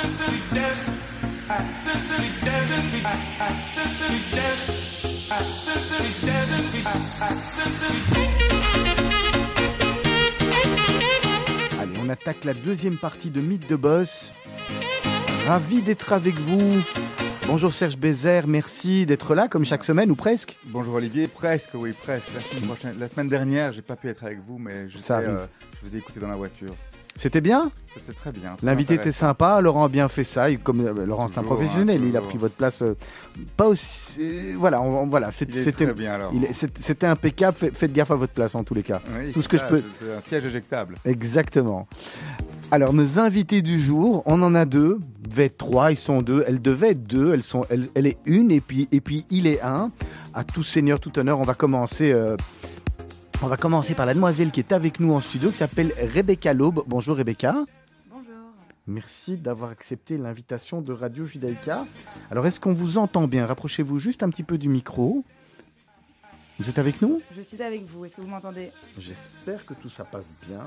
Allez, on attaque la deuxième partie de Mythe de Boss. Ravi d'être avec vous. Bonjour Serge Bézère, merci d'être là comme chaque semaine ou presque. Bonjour Olivier, presque, oui, presque. La semaine dernière, j'ai pas pu être avec vous, mais je vous ai écouté dans la voiture. C'était bien ? C'était très bien. L'invité était sympa, Laurent a bien fait ça. Comme Laurent c'est un professionnel, il a pris votre place. Pas aussi. Voilà, c'était très bien alors. C'était impeccable. Faites gaffe à votre place en tous les cas. Oui, tout ce que je peux. C'est un siège éjectable. Exactement. Alors nos invités du jour, on en a deux. Il devait être trois, ils sont deux. Elle devait être deux. Elle est une et puis il est un. À tout seigneur, tout honneur, on va commencer. On va commencer par la demoiselle qui est avec nous en studio, qui s'appelle Rebecca Laube. Bonjour Rebecca. Bonjour. Merci d'avoir accepté l'invitation de Radio Judaïka. Alors, est-ce qu'on vous entend bien ? Rapprochez-vous juste un petit peu du micro. Vous êtes avec nous ? Je suis avec vous. Est-ce que vous m'entendez ? J'espère que tout ça passe bien.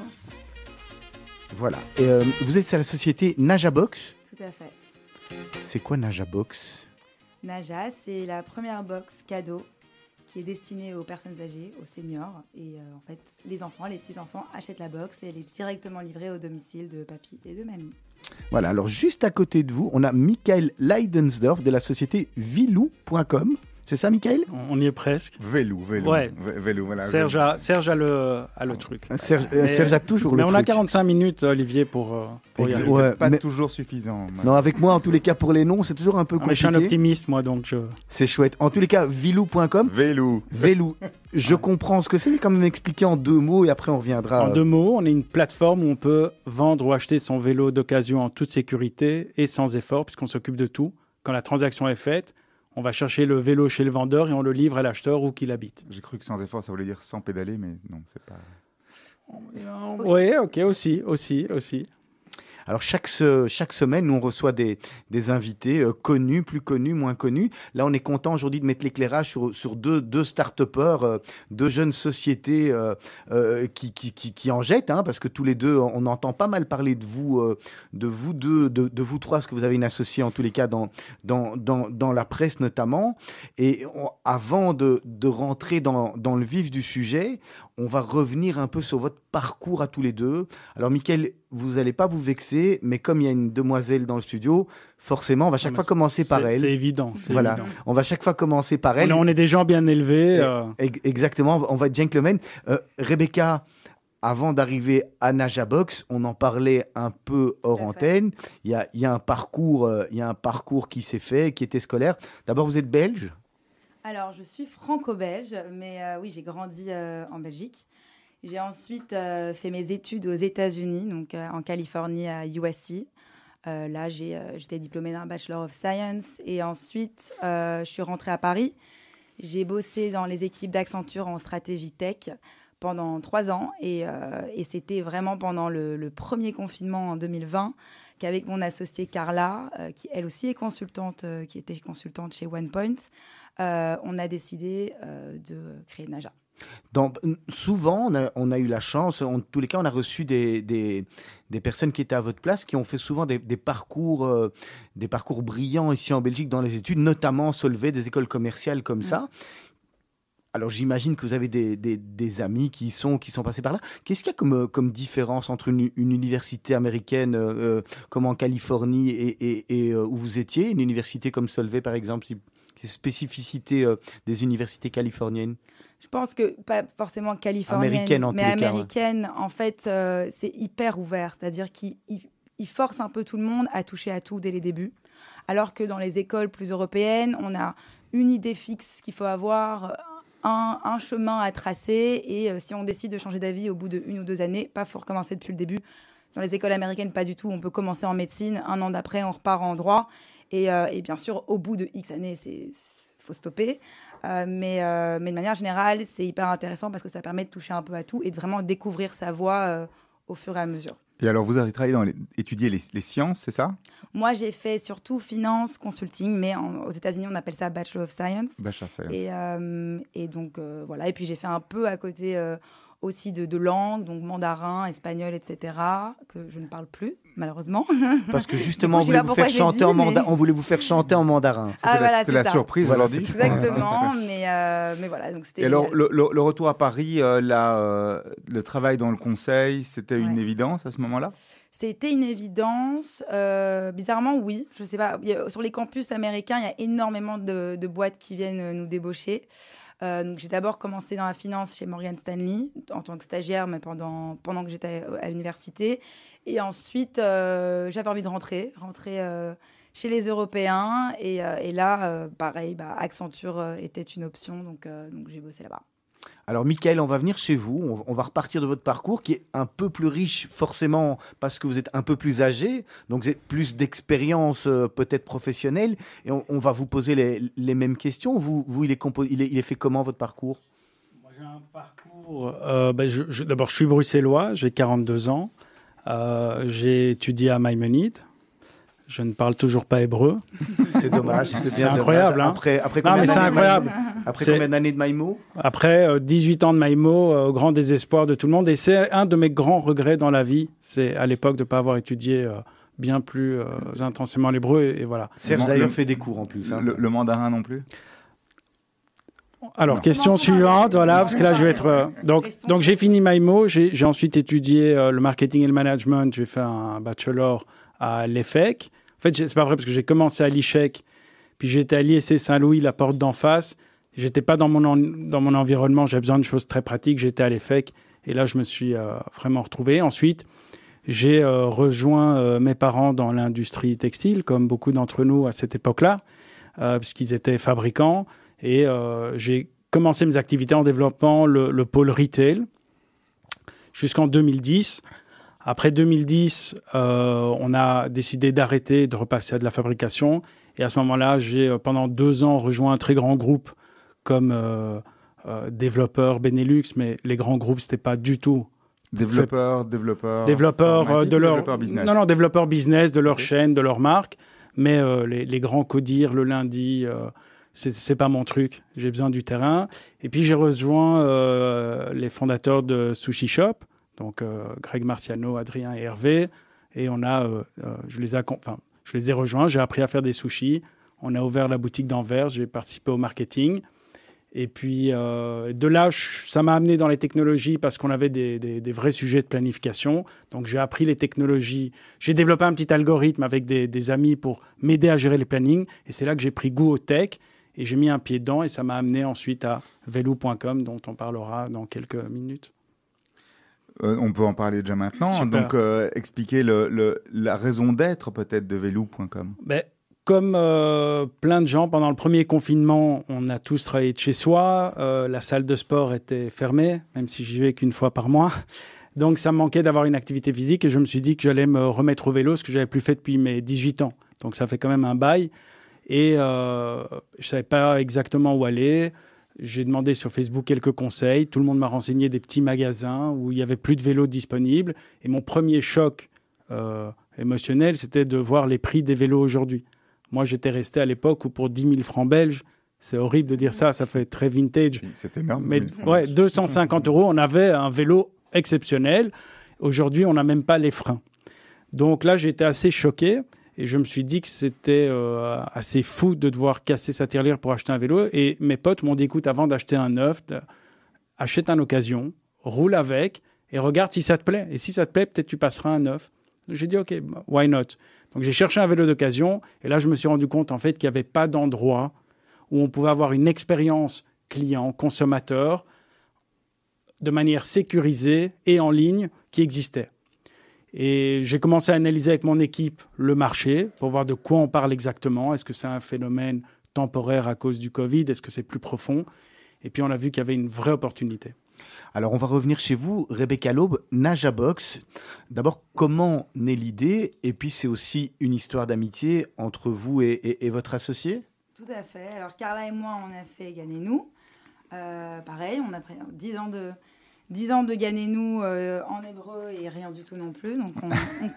Voilà. Et, vous êtes à la société Najabox ? Tout à fait. C'est quoi Najabox ? Naja, c'est la première box cadeau qui est destinée aux personnes âgées, aux seniors. Et en fait, les enfants, les petits-enfants achètent la box et elle est directement livrée au domicile de papy et de mamie. Voilà, alors juste à côté de vous, on a Michael Leidensdorf de la société Vilou.com. C'est ça, Michael ? On y est presque. Vélou, ouais. Vélou, voilà. Serge a le truc. Serge a toujours le truc. Mais on a 45 minutes, Olivier, pour y arriver. Ouais, pas toujours suffisant. Non, avec moi, en tous les cas, pour les noms, c'est toujours un peu compliqué. Mais je suis un optimiste, moi, donc C'est chouette. En tous les cas, Vilou.com. Vélou. Je comprends ce que c'est, mais quand même expliquer en deux mots et après on reviendra. En deux mots, on est une plateforme où on peut vendre ou acheter son vélo d'occasion en toute sécurité et sans effort, puisqu'on s'occupe de tout. Quand la transaction est faite, on va chercher le vélo chez le vendeur et on le livre à l'acheteur où qu'il habite. J'ai cru que sans effort, ça voulait dire sans pédaler, mais non, c'est pas... Oui, ok, aussi. Alors chaque semaine, nous on reçoit des invités connus, plus connus, moins connus. Là, on est content aujourd'hui de mettre l'éclairage sur deux start-upers, deux jeunes sociétés qui en jettent, parce que tous les deux, on entend pas mal parler de vous deux, de vous trois, parce que vous avez une associée en tous les cas dans la presse notamment. Et avant de rentrer dans le vif du sujet, on va revenir un peu sur votre parcours à tous les deux. Alors, Mickaël, vous n'allez pas vous vexer, mais comme il y a une demoiselle dans le studio, forcément, on va chaque fois commencer par elle. C'est évident. Voilà, évident. On va chaque fois commencer par elle. On est des gens bien élevés. Exactement, on va être gentlemen. Rebecca, avant d'arriver à Najabox, on en parlait un peu hors antenne. Il y a un parcours qui s'est fait, qui était scolaire. D'abord, vous êtes belge ? Alors, je suis franco-belge, mais oui, j'ai grandi en Belgique. J'ai ensuite fait mes études aux États-Unis, donc en Californie à USC. Là, j'étais diplômée d'un Bachelor of Science. Et ensuite, je suis rentrée à Paris. J'ai bossé dans les équipes d'Accenture en stratégie tech pendant 3 ans. Et c'était vraiment pendant le premier confinement en 2020 qu'avec mon associée Carla, qui elle aussi est consultante, qui était consultante chez OnePoint, on a décidé de créer Naja. Souvent, on a eu la chance, en tous les cas, on a reçu des personnes qui étaient à votre place, qui ont fait souvent des parcours brillants ici en Belgique dans les études, notamment Solvay, des écoles commerciales comme ça. Alors, j'imagine que vous avez des amis qui sont passés par là. Qu'est-ce qu'il y a comme différence entre une université américaine comme en Californie et où vous étiez, une université comme Solvay, par exemple, spécificité des universités californiennes? Je pense que pas forcément californienne, mais américaine. En fait, c'est hyper ouvert. C'est-à-dire qu'ils forcent un peu tout le monde à toucher à tout dès les débuts. Alors que dans les écoles plus européennes, on a une idée fixe qu'il faut avoir, un chemin à tracer. Et si on décide de changer d'avis au bout de 1 ou 2 années, pas faut recommencer depuis le début. Dans les écoles américaines, pas du tout. On peut commencer en médecine, 1 an d'après, on repart en droit. Et bien sûr, au bout de X années, faut stopper. Mais de manière générale, c'est hyper intéressant parce que ça permet de toucher un peu à tout et de vraiment découvrir sa voie au fur et à mesure. Et alors, vous avez travaillé étudier les sciences, c'est ça ? Moi, j'ai fait surtout finance, consulting, mais aux États-Unis, on appelle ça Bachelor of Science. Bachelor of Science. Et donc, voilà. Et puis, j'ai fait un peu à côté aussi de langues, donc mandarin, espagnol, etc., que je ne parle plus. malheureusement. Parce que justement, on voulait vous faire chanter en mandarin. C'était la surprise aujourd'hui. Exactement, mais voilà. Donc c'était. Et alors, le retour à Paris, le travail dans le conseil, c'était une évidence à ce moment-là ? C'était une évidence. Bizarrement, oui. Je sais pas. Sur les campus américains, il y a énormément de boîtes qui viennent nous débaucher. Donc j'ai d'abord commencé dans la finance chez Morgan Stanley en tant que stagiaire, mais pendant que j'étais à l'université. Et ensuite, j'avais envie de rentrer chez les Européens. Et là, pareil, Accenture était une option, donc j'ai bossé là-bas. Alors, Michael, on va venir chez vous. On va repartir de votre parcours qui est un peu plus riche, forcément, parce que vous êtes un peu plus âgé. Donc, vous avez plus d'expérience, peut-être professionnelle. Et on va vous poser les mêmes questions. Vous il est fait comment, votre parcours ? Moi, j'ai un parcours... d'abord, je suis bruxellois. J'ai 42 ans. J'ai étudié à Maïmonide. Je ne parle toujours pas hébreu. C'est dommage. C'est incroyable. Hein. Après combien c'est incroyable. Combien d'années de Maïmo ? Après 18 ans de Maïmo, au grand désespoir de tout le monde. Et c'est un de mes grands regrets dans la vie. C'est à l'époque de ne pas avoir étudié bien plus intensément l'hébreu. Et voilà. Serge d'ailleurs fait des cours en plus. Hein. Le mandarin non plus ? Alors, question suivante, voilà, parce que là, je vais être... Donc, j'ai fini Maïmo. J'ai ensuite étudié le marketing et le management. J'ai fait un bachelor à l'EFEC. En fait, c'est pas vrai parce que j'ai commencé à l'ICHEC, puis j'étais à l'ISC Saint-Louis, la porte d'en face. J'étais pas dans mon environnement, j'avais besoin de choses très pratiques. J'étais à l'EFEC et là, je me suis vraiment retrouvé. Ensuite, j'ai rejoint mes parents dans l'industrie textile, comme beaucoup d'entre nous à cette époque-là, puisqu'ils étaient fabricants. Et j'ai commencé mes activités en développant le pôle retail jusqu'en 2010. Après 2010, on a décidé d'arrêter, de repasser à de la fabrication. Et à ce moment-là, j'ai pendant 2 ans rejoint un très grand groupe comme développeur Benelux, mais les grands groupes, c'était pas du tout... Développeurs de leur business. Non, développeurs business, de leur chaîne, de leur marque. Mais les grands codir le lundi... c'est pas mon truc, j'ai besoin du terrain. Et puis j'ai rejoint les fondateurs de Sushi Shop, donc Greg Marciano, Adrien et Hervé, et je les ai rejoints, j'ai appris à faire des sushis, on a ouvert la boutique d'Anvers, j'ai participé au marketing, et puis de là, ça m'a amené dans les technologies parce qu'on avait des vrais sujets de planification, donc j'ai appris les technologies, j'ai développé un petit algorithme avec des amis pour m'aider à gérer les plannings, et c'est là que j'ai pris goût au tech, et j'ai mis un pied dedans, et ça m'a amené ensuite à velou.com, dont on parlera dans quelques minutes. On peut en parler déjà maintenant. Super. Donc, expliquer la raison d'être peut-être de velou.com. Comme plein de gens, pendant le premier confinement, on a tous travaillé de chez soi. La salle de sport était fermée, même si j'y vais qu'une fois par mois. Donc, ça me manquait d'avoir une activité physique et je me suis dit que j'allais me remettre au vélo, ce que je n'avais plus fait depuis mes 18 ans. Donc, ça fait quand même un bail. Et je ne savais pas exactement où aller. J'ai demandé sur Facebook quelques conseils. Tout le monde m'a renseigné des petits magasins où il n'y avait plus de vélos disponibles. Et mon premier choc émotionnel, c'était de voir les prix des vélos aujourd'hui. Moi, j'étais resté à l'époque où pour 10 000 francs belges, c'est horrible de dire ça, ça fait très vintage. C'est énorme. Mais 250 €, on avait un vélo exceptionnel. Aujourd'hui, on n'a même pas les freins. Donc là, j'étais assez choqué. Et je me suis dit que c'était assez fou de devoir casser sa tirelire pour acheter un vélo. Et mes potes m'ont dit, écoute, avant d'acheter un neuf, achète un occasion, roule avec et regarde si ça te plaît. Et si ça te plaît, peut-être tu passeras un neuf. J'ai dit, OK, why not? Donc j'ai cherché un vélo d'occasion. Et là, je me suis rendu compte en fait qu'il n'y avait pas d'endroit où on pouvait avoir une expérience client, consommateur, de manière sécurisée et en ligne qui existait. Et j'ai commencé à analyser avec mon équipe le marché pour voir de quoi on parle exactement. Est-ce que c'est un phénomène temporaire à cause du Covid? Est-ce que c'est plus profond? Et puis, on a vu qu'il y avait une vraie opportunité. Alors, on va revenir chez vous, Rebecca Laube, Najabox. D'abord, comment naît l'idée? Et puis, c'est aussi une histoire d'amitié entre vous et votre associé? Tout à fait. Alors, Carla et moi, on a fait Ganez-nous. Pareil, on a pris 10 ans de Ganez-nous en hébreu et rien du tout non plus. Donc, on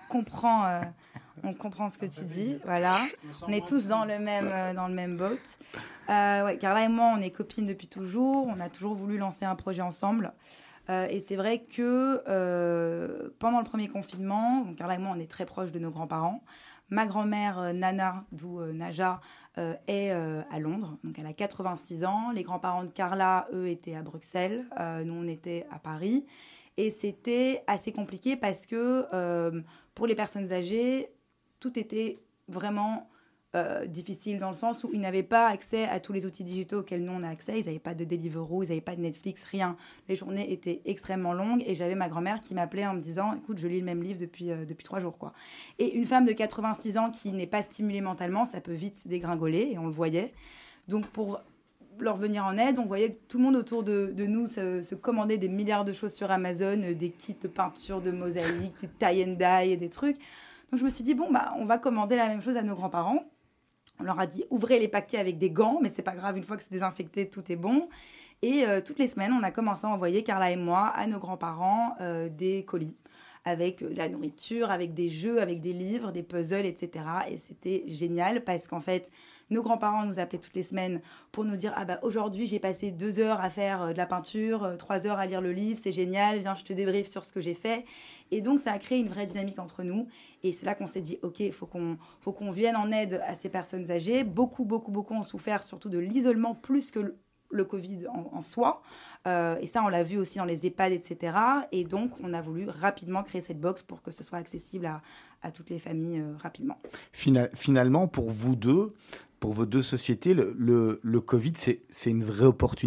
comprend ce que tu dis. Voilà. On est tous dans le même boat. Carla et moi, on est copines depuis toujours. On a toujours voulu lancer un projet ensemble. Et c'est vrai que pendant le premier confinement, donc Carla et moi, on est très proches de nos grands-parents. Ma grand-mère, Nana, d'où Naja, est à Londres. Donc, elle a 86 ans. Les grands-parents de Carla, eux, étaient à Bruxelles. Nous, on était à Paris. Et c'était assez compliqué parce que pour les personnes âgées, tout était vraiment difficile dans le sens où ils n'avaient pas accès à tous les outils digitaux auxquels nous on a accès. Ils n'avaient pas de Deliveroo, ils n'avaient pas de Netflix, rien. Les journées étaient extrêmement longues et j'avais ma grand-mère qui m'appelait en me disant « Écoute, je lis le même livre depuis 3 jours. » quoi. Et une femme de 86 ans qui n'est pas stimulée mentalement, ça peut vite dégringoler et on le voyait. Donc pour leur venir en aide, on voyait que tout le monde autour de nous se commandait des milliards de choses sur Amazon, des kits de peinture, de mosaïque, des tie and dye et des trucs. Donc je me suis dit, on va commander la même chose à nos grands-parents. On leur a dit, ouvrez les paquets avec des gants, mais c'est pas grave, une fois que c'est désinfecté, tout est bon. Et toutes les semaines, on a commencé à envoyer, Carla et moi, à nos grands-parents, des colis avec de la nourriture, avec des jeux, avec des livres, des puzzles, etc. Et c'était génial parce qu'en fait, nos grands-parents nous appelaient toutes les semaines pour nous dire « Ah bah aujourd'hui, j'ai passé 2 heures à faire de la peinture, 3 heures à lire le livre, c'est génial, viens, je te débriefe sur ce que j'ai fait. » Et donc, ça a créé une vraie dynamique entre nous. Et c'est là qu'on s'est dit « Ok, il faut qu'on vienne en aide à ces personnes âgées. » Beaucoup ont souffert surtout de l'isolement plus que le Covid en soi. Et ça, on l'a vu aussi dans les EHPAD, etc. Et donc, on a voulu rapidement créer cette box pour que ce soit accessible à toutes les familles rapidement. Finalement, pour vous deux, pour vos deux sociétés, le Covid, c'est une vraie opportunité ?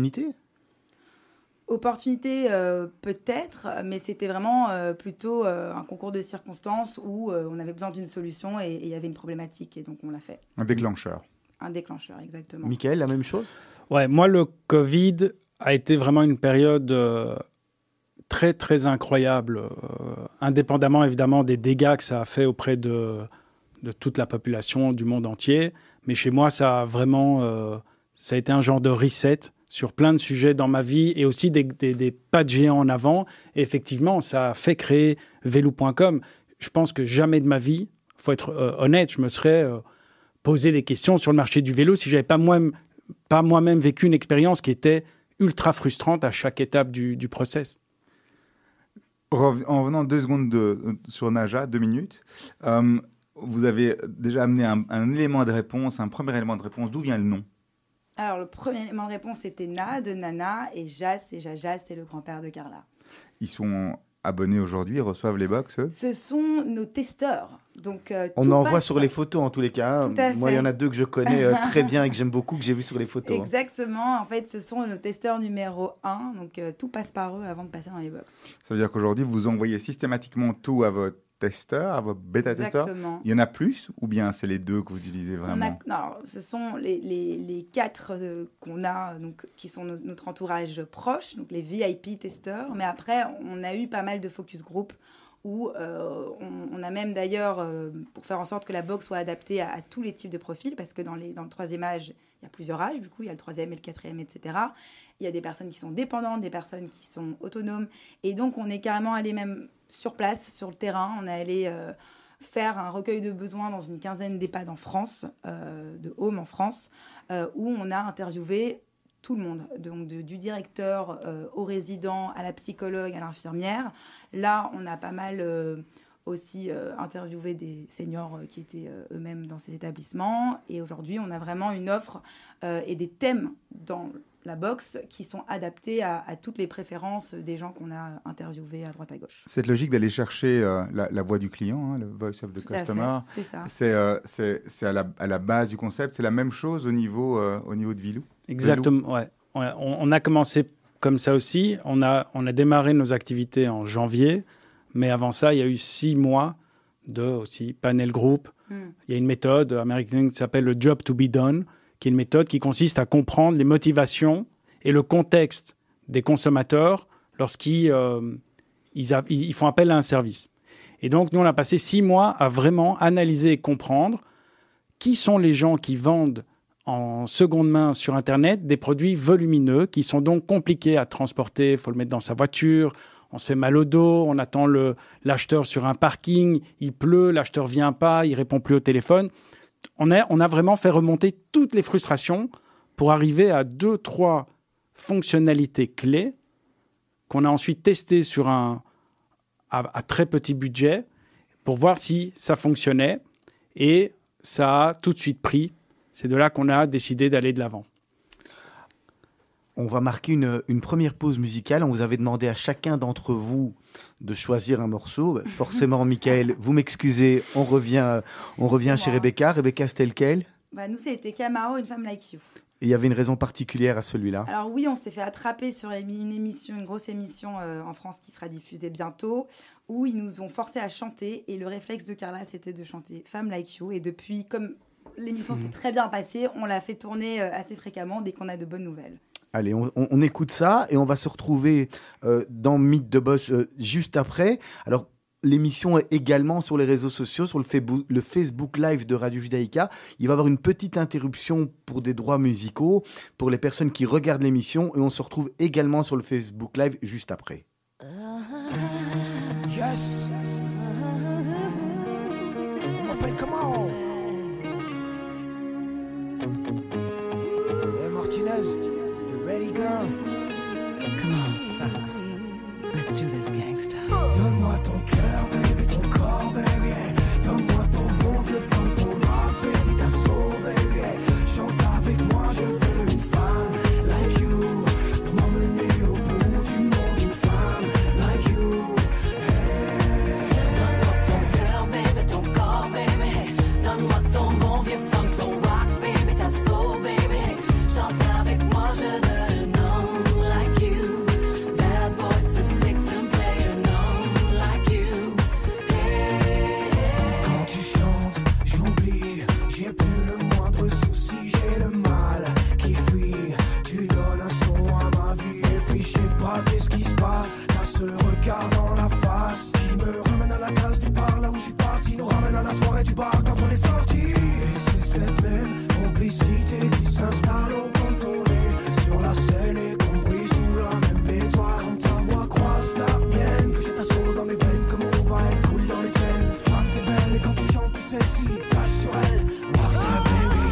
Opportunité, peut-être, mais c'était vraiment plutôt un concours de circonstances où on avait besoin d'une solution et il y avait une problématique. Et donc, on l'a fait. Un déclencheur. Un déclencheur, exactement. Mickaël, la même chose ? Ouais, moi, le Covid a été vraiment une période très, très incroyable, indépendamment, évidemment, des dégâts que ça a fait auprès de toute la population du monde entier. Mais chez moi, ça a été un genre de reset sur plein de sujets dans ma vie et aussi des pas de géant en avant. Et effectivement, ça a fait créer Velou.com. Je pense que jamais de ma vie, il faut être honnête, je me serais posé des questions sur le marché du vélo si je n'avais pas moi-même vécu une expérience qui était ultra frustrante à chaque étape du process. En revenant 2 secondes sur Naja, 2 minutes, vous avez déjà amené un élément de réponse, un premier élément de réponse. D'où vient le nom ? Alors, le premier élément de réponse était Na, de Nana, et Jas, et Jaja, c'est le grand-père de Carla. Ils sont abonnés aujourd'hui, ils reçoivent les box. Ce sont nos testeurs. Donc, on en voit sur les photos en tous les cas. Moi, il y en a 2 que je connais très bien et que j'aime beaucoup, que j'ai vu sur les photos. Exactement. En fait, ce sont nos testeurs numéro 1. Donc, tout passe par eux avant de passer dans les box. Ça veut dire qu'aujourd'hui, vous envoyez systématiquement tout à votre testeur, à vos bêta-testeurs. Il y en a plus ou bien c'est les 2 que vous utilisez vraiment ? Non, ce sont les 4 qu'on a, donc, qui sont notre entourage proche, donc les VIP testeurs. Mais après, on a eu pas mal de focus group où on a même d'ailleurs, pour faire en sorte que la box soit adaptée à tous les types de profils, parce que dans le 3e âge, il y a plusieurs âges, du coup, il y a le 3e et le 4e, etc. Il y a des personnes qui sont dépendantes, des personnes qui sont autonomes. Et donc, on est carrément allé même sur place, sur le terrain. On est allé faire un recueil de besoins dans une 15aine d'EHPAD en France, de home en France, où on a interviewé tout le monde, donc du directeur au résident, à la psychologue, à l'infirmière. Là, on a pas mal aussi interviewé des seniors qui étaient eux-mêmes dans ces établissements. Et aujourd'hui, on a vraiment une offre et des thèmes dans la box qui sont adaptés à toutes les préférences des gens qu'on a interviewés à droite à gauche. Cette logique d'aller chercher la voix du client, hein, le voice of the customer, c'est ça. C'est à la base du concept. C'est la même chose au niveau de Velou. Exactement, ouais. On a commencé comme ça aussi. On a démarré nos activités en janvier, mais avant ça, il y a eu 6 mois de aussi panel group. Il y a une méthode américaine qui s'appelle le Job to be Done, qui est une méthode qui consiste à comprendre les motivations et le contexte des consommateurs lorsqu'ils ils font appel à un service. Et donc, nous, on a passé 6 mois à vraiment analyser et comprendre qui sont les gens qui vendent en seconde main sur Internet des produits volumineux qui sont donc compliqués à transporter. Il faut le mettre dans sa voiture, on se fait mal au dos, on attend l'acheteur sur un parking, il pleut, l'acheteur vient pas, il répond plus au téléphone. On a vraiment fait remonter toutes les frustrations pour arriver à 2-3 fonctionnalités clés qu'on a ensuite testé sur à très petit budget pour voir si ça fonctionnait. Et ça a tout de suite pris. C'est de là qu'on a décidé d'aller de l'avant. On va marquer une première pause musicale. On vous avait demandé à chacun d'entre vous de choisir un morceau. Forcément, Michael, vous m'excusez, on revient chez Rebecca. Rebecca, c'était lequel ? Nous, c'était Camaro, Une femme like you. Et il y avait une raison particulière à celui-là ? Alors oui, on s'est fait attraper sur une grosse émission en France qui sera diffusée bientôt, où ils nous ont forcés à chanter. Et le réflexe de Carla, c'était de chanter Femme like you. Et depuis, comme l'émission s'est très bien passée, on l'a fait tourner assez fréquemment dès qu'on a de bonnes nouvelles. Allez, on écoute ça et on va se retrouver dans Mythe de Boss juste après. Alors, l'émission est également sur les réseaux sociaux, sur le Facebook Live de Radio Judaïka. Il va y avoir une petite interruption pour des droits musicaux pour les personnes qui regardent l'émission et on se retrouve également sur le Facebook Live juste après. Yes. On m'appelle comment? Hey Martinez. Ready, girl? Come on. Let's do this, gangsta. Donne-moi ton cœur, baby, ton corps, baby. Hey. Donne-moi ton bon vieux funk, ton rock, baby, ta soul, baby. Hey. Chante avec moi, je veux une femme like you. Pour m'emmener au bout du monde, une femme like you. Hey. Donne-moi ton cœur, baby, ton corps, baby. Hey. Donne-moi ton bon vieux funk, ton rock, baby, ta soul, baby. Hey. Chante avec moi, je veux. Dans la face, qui me ramène à la case du bar, là où je suis parti, nous ramène à la soirée du bar quand on est sorti. Et c'est cette même complicité qui s'installe au cantonné sur la scène et qu'on brille sous la même étoile. Quand ta voix croise la mienne, que j'ai ta soul dans mes veines, comme on va être cool dans les tiennes. Femme t'es belle et quand tu chantes t'es sexy, flash sur elle, rockstar baby.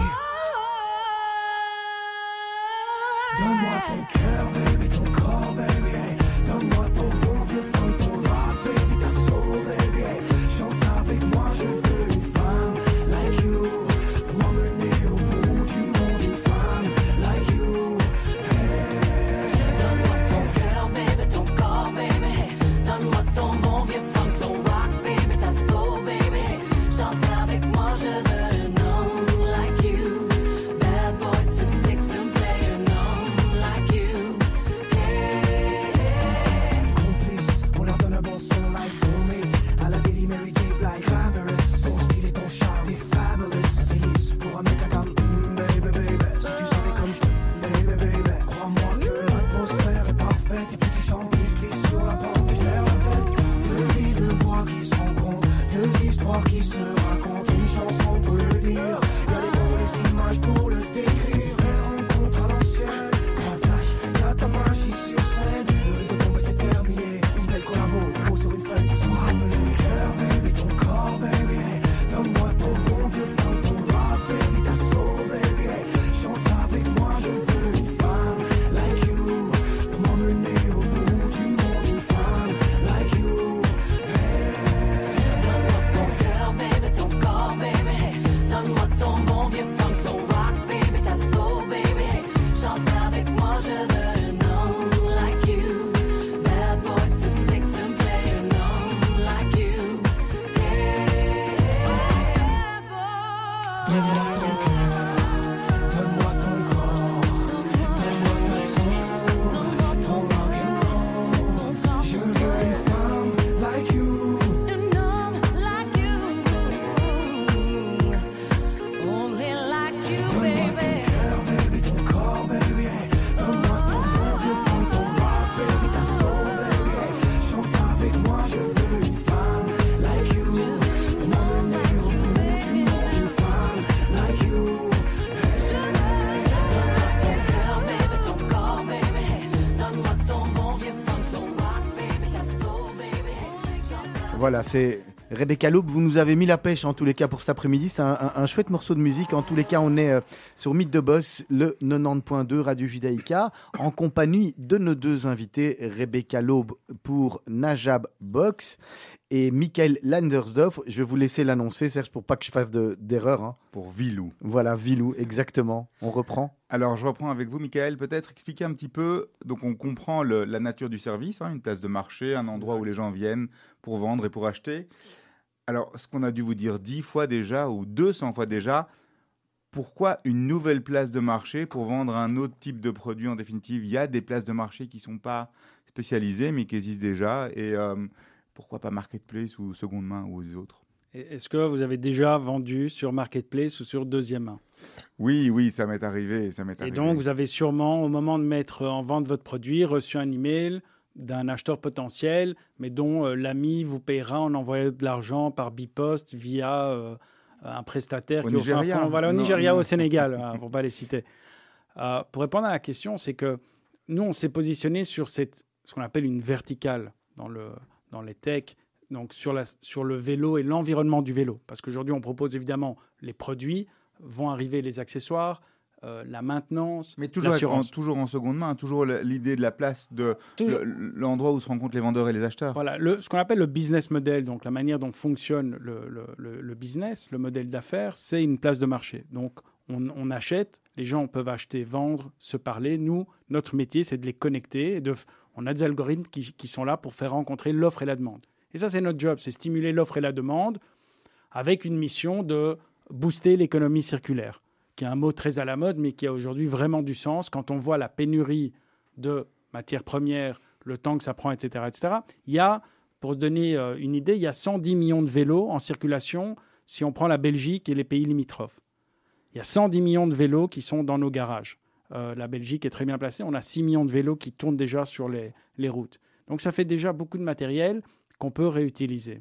Donne-moi ton cœur baby, ton corps baby, hey. Donne-moi ton bon vieux funk, ton rock, baby, ta soul, baby, hey. Chante avec moi, je veux une femme like you. Pour m'emmener au bout du monde, une femme like you. Hey. Donne-moi ton cœur, baby, ton corps, baby, hey. Donne-moi ton bon vieux funk, ton rock, baby, ta soul, baby, hey. Chante avec moi, je veux un homme like you. Bad boy to six and play an homme like you. On leur donne un bon son like Soulmate. À la Daily Mary J. Blige, glamorous. Ton style et ton charme, t'es fabulous. Délice pour un mec à dame, baby, baby. Si tu savais comme je baby, baby. Crois-moi que l'atmosphère est parfaite. Et plus tu chantes, plus je glisse sur la pente et je perds la tête. Deux vies, deux voix qui se rencontrent. Deux histoires qui se racontent. Une chanson pour le dire. Y'a les mots, les images pour le décrire. Les rencontres à l'ancienne. Un flash, y'a ta magie sur scène. Le rideau tombe et c'est terminé. Une belle collabo, des mots sur une feuille pour se rappeler. Cœur, baby, ton corps, baby, hey. Donne-moi ton bon vieux funk, ton rock, baby, ta soul, baby, hey. Chante avec moi, je veux une femme like you. Pour m'emmener au bout du monde, une femme like you. Hey. Donne-moi ton cœur, baby, ton corps, baby, hey. Donne-moi ton bon vieux funk, ton rock, baby, ta soul, baby, hey. Chante avec moi, je veux un homme like you. Bad boy to six and play an homme like you. Hey, bad boy. Donne-moi ton cœur, donne-moi ton corps, donne-moi ta soul, ton rock and roll. Je veux une femme like you. An homme like you. Only like you, Donne-moi ton baby. cœur, baby, ton corps, baby, hey. Donne-moi ton bon vieux funk, ton rock, baby, ta soul, baby, hey. Chante avec moi, je veux une femme like you. Pour m'emmener au bout du monde, une femme like you. Ton cœur, baby, ton corps, baby, hey. Donne-moi ton bon vieux funk, ton rock, baby, ta soul, baby, hey. Chante Voilà, c'est Rebecca Laube, vous nous avez mis la pêche en tous les cas pour cet après-midi. C'est un chouette morceau de musique. En tous les cas, on est sur Mythe de Boss, le 90.2 Radio Judaïka, en compagnie de nos deux invités, Rebecca Laube pour Najab Box et Michael Landersdorf. Je vais vous laisser l'annoncer, Serge, pour pas que je fasse d'erreur. Hein. Pour Vilou. Voilà, Vilou, exactement. On reprend. Alors, je reprends avec vous, Michael. Peut-être expliquer un petit peu. Donc, on comprend la nature du service, hein, une place de marché, un endroit où les gens viennent pour vendre et pour acheter. Alors, ce qu'on a dû vous dire 10 fois déjà ou 200 fois déjà, pourquoi une nouvelle place de marché pour vendre un autre type de produit en définitive? Il y a des places de marché qui ne sont pas spécialisées, mais qui existent déjà. Et pourquoi pas Marketplace ou Seconde Main ou les autres? Est-ce que vous avez déjà vendu sur Marketplace ou sur Deuxième Main? Oui, ça m'est arrivé. Et donc, vous avez sûrement, au moment de mettre en vente votre produit, reçu un email d'un acheteur potentiel, mais dont l'ami vous paiera en envoyant de l'argent par Bipost via un prestataire qui est au fin fond. Voilà, au Nigeria, au Sénégal, hein, pour ne pas les citer. Pour répondre à la question, c'est que nous, on s'est positionné sur ce qu'on appelle une verticale dans les techs, donc sur le vélo et l'environnement du vélo. Parce qu'aujourd'hui, on propose évidemment les produits, vont arriver les accessoires, la maintenance, mais toujours en seconde main, toujours l'idée de la place, l'endroit où se rencontrent les vendeurs et les acheteurs. Voilà, ce qu'on appelle le business model, donc la manière dont fonctionne le business, le modèle d'affaires, c'est une place de marché. Donc, on achète, les gens peuvent acheter, vendre, se parler. Nous, notre métier, c'est de les connecter. On a des algorithmes qui sont là pour faire rencontrer l'offre et la demande. Et ça, c'est notre job, c'est stimuler l'offre et la demande avec une mission de booster l'économie circulaire, qui est un mot très à la mode, mais qui a aujourd'hui vraiment du sens quand on voit la pénurie de matières premières, le temps que ça prend, etc., etc. Il y a, pour se donner une idée, il y a 110 millions de vélos en circulation si on prend la Belgique et les pays limitrophes. Il y a 110 millions de vélos qui sont dans nos garages. La Belgique est très bien placée. On a 6 millions de vélos qui tournent déjà sur les routes. Donc, ça fait déjà beaucoup de matériel qu'on peut réutiliser.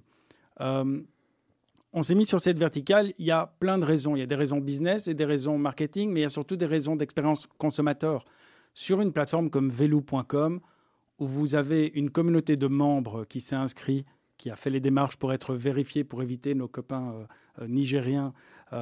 On s'est mis sur cette verticale. Il y a plein de raisons. Il y a des raisons business et des raisons marketing, mais il y a surtout des raisons d'expérience consommateur. Sur une plateforme comme Velou.com, où vous avez une communauté de membres qui s'est inscrit, qui a fait les démarches pour être vérifié, pour éviter nos copains nigériens,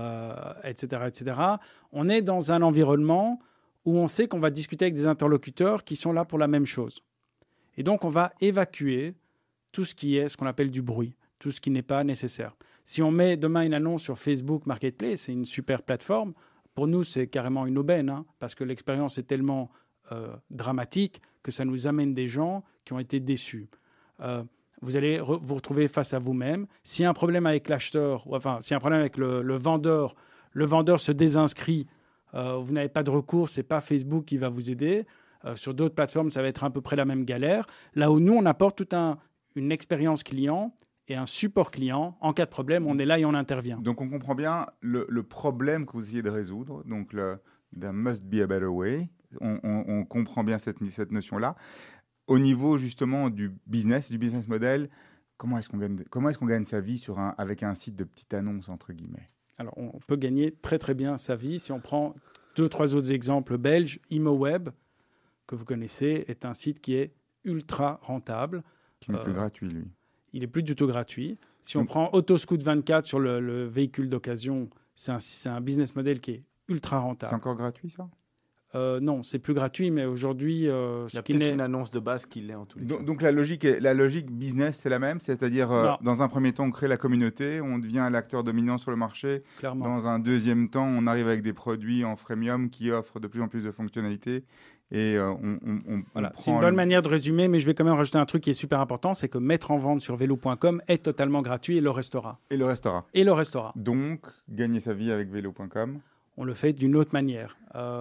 etc., etc. On est dans un environnement où on sait qu'on va discuter avec des interlocuteurs qui sont là pour la même chose. Et donc, on va évacuer tout ce qui est ce qu'on appelle du bruit, tout ce qui n'est pas nécessaire. Si on met demain une annonce sur Facebook Marketplace, c'est une super plateforme. Pour nous, c'est carrément une aubaine, hein, parce que l'expérience est tellement dramatique que ça nous amène des gens qui ont été déçus. Vous allez vous retrouver face à vous-même. S'il y a un problème avec l'acheteur, s'il y a un problème avec le vendeur se désinscrit, vous n'avez pas de recours, ce n'est pas Facebook qui va vous aider. Sur d'autres plateformes, ça va être à peu près la même galère. Là où nous, on apporte toute une expérience client et un support client. En cas de problème, on est là et on intervient. Donc, on comprend bien le problème que vous essayez de résoudre. Donc, there must be a better way. On comprend bien cette notion-là. Au niveau, justement, du business model, comment est-ce qu'on gagne sa vie avec un site de petite annonce, entre guillemets? Alors, on peut gagner très, très bien sa vie. Si on prend 2-3 autres exemples belges, ImoWeb, que vous connaissez, est un site qui est ultra rentable. Qui n'est plus gratuit, lui. Il n'est plus du tout gratuit. Si on prend Autoscoot24 sur le véhicule d'occasion, c'est un business model qui est ultra rentable. C'est encore gratuit, ça? Non, c'est plus gratuit, mais aujourd'hui... il y a peut-être une annonce de base qui l'est en tous les cas. Donc la logique business, c'est la même, c'est-à-dire dans un premier temps, on crée la communauté, on devient l'acteur dominant sur le marché. Clairement. Dans un deuxième temps, on arrive avec des produits en freemium qui offrent de plus en plus de fonctionnalités. Et voilà. C'est une bonne manière de résumer, mais je vais quand même rajouter un truc qui est super important, c'est que mettre en vente sur Velou.com est totalement gratuit et le restera. Et le restera. Donc, gagner sa vie avec Velou.com. On le fait d'une autre manière.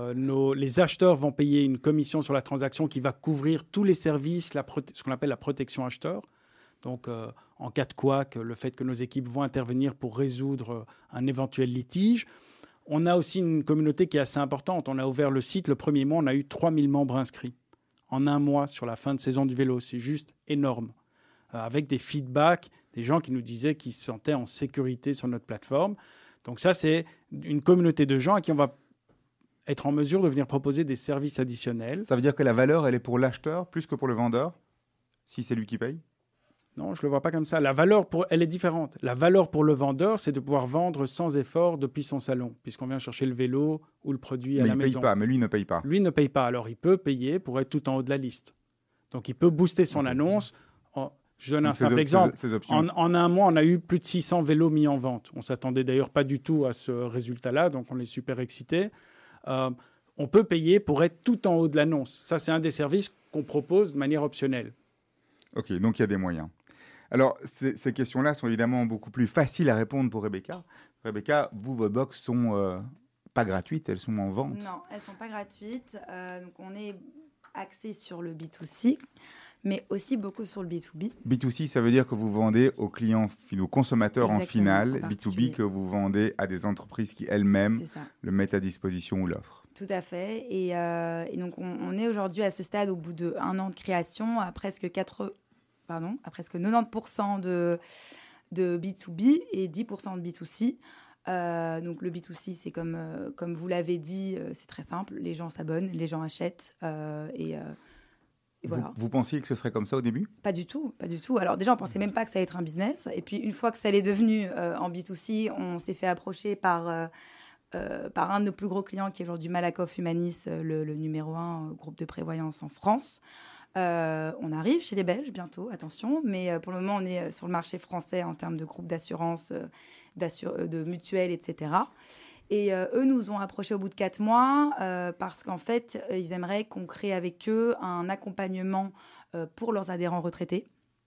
Les acheteurs vont payer une commission sur la transaction qui va couvrir tous les services, ce qu'on appelle la protection acheteur. Donc, en cas de couac, le fait que nos équipes vont intervenir pour résoudre un éventuel litige. On a aussi une communauté qui est assez importante. On a ouvert le site, le premier mois, on a eu 3000 membres inscrits. En un mois, sur la fin de saison du vélo, c'est juste énorme. Avec des feedbacks, des gens qui nous disaient qu'ils se sentaient en sécurité sur notre plateforme. Donc ça, c'est une communauté de gens à qui on va être en mesure de venir proposer des services additionnels. Ça veut dire que la valeur, elle est pour l'acheteur plus que pour le vendeur, si c'est lui qui paye? Non, je ne le vois pas comme ça. La valeur, elle est différente. La valeur pour le vendeur, c'est de pouvoir vendre sans effort depuis son salon, puisqu'on vient chercher le vélo ou le produit à la maison. Mais lui ne paye pas. Lui ne paye pas. Alors, il peut payer pour être tout en haut de la liste. Donc, il peut booster son annonce. Je donne un simple exemple. En un mois, on a eu plus de 600 vélos mis en vente. On ne s'attendait d'ailleurs pas du tout à ce résultat-là, donc on est super excités. On peut payer pour être tout en haut de l'annonce. Ça, c'est un des services qu'on propose de manière optionnelle. OK, donc il y a des moyens. Alors, ces questions-là sont évidemment beaucoup plus faciles à répondre pour Rebecca. Rebecca, vos box sont pas gratuites, elles sont en vente. Non, elles ne sont pas gratuites. Donc, on est axé sur le B2C, mais aussi beaucoup sur le B2B. B2C, ça veut dire que vous vendez aux clients, aux consommateurs en finale. B2B, que vous vendez à des entreprises qui elles-mêmes le mettent à disposition ou l'offrent. Tout à fait. Et donc, on est aujourd'hui à ce stade, au bout d'un an de création, à presque 90% de B2B et 10% de B2C. Donc le B2C, c'est comme vous l'avez dit, c'est très simple. Les gens s'abonnent, les gens achètent. Et voilà. Vous pensiez que ce serait comme ça au début ? Pas du tout, pas du tout. Alors déjà, on ne pensait même pas que ça allait être un business. Et puis une fois que ça l'est devenu en B2C, on s'est fait approcher par un de nos plus gros clients qui est aujourd'hui Malakoff Humanis, le numéro 1 groupe de prévoyance en France. On arrive chez les Belges bientôt, attention, mais pour le moment, on est sur le marché français en termes de groupe d'assurance, de mutuelles, etc. Et eux nous ont approchés au bout de 4 mois parce qu'en fait, ils aimeraient qu'on crée avec eux un accompagnement pour leurs adhérents retraités.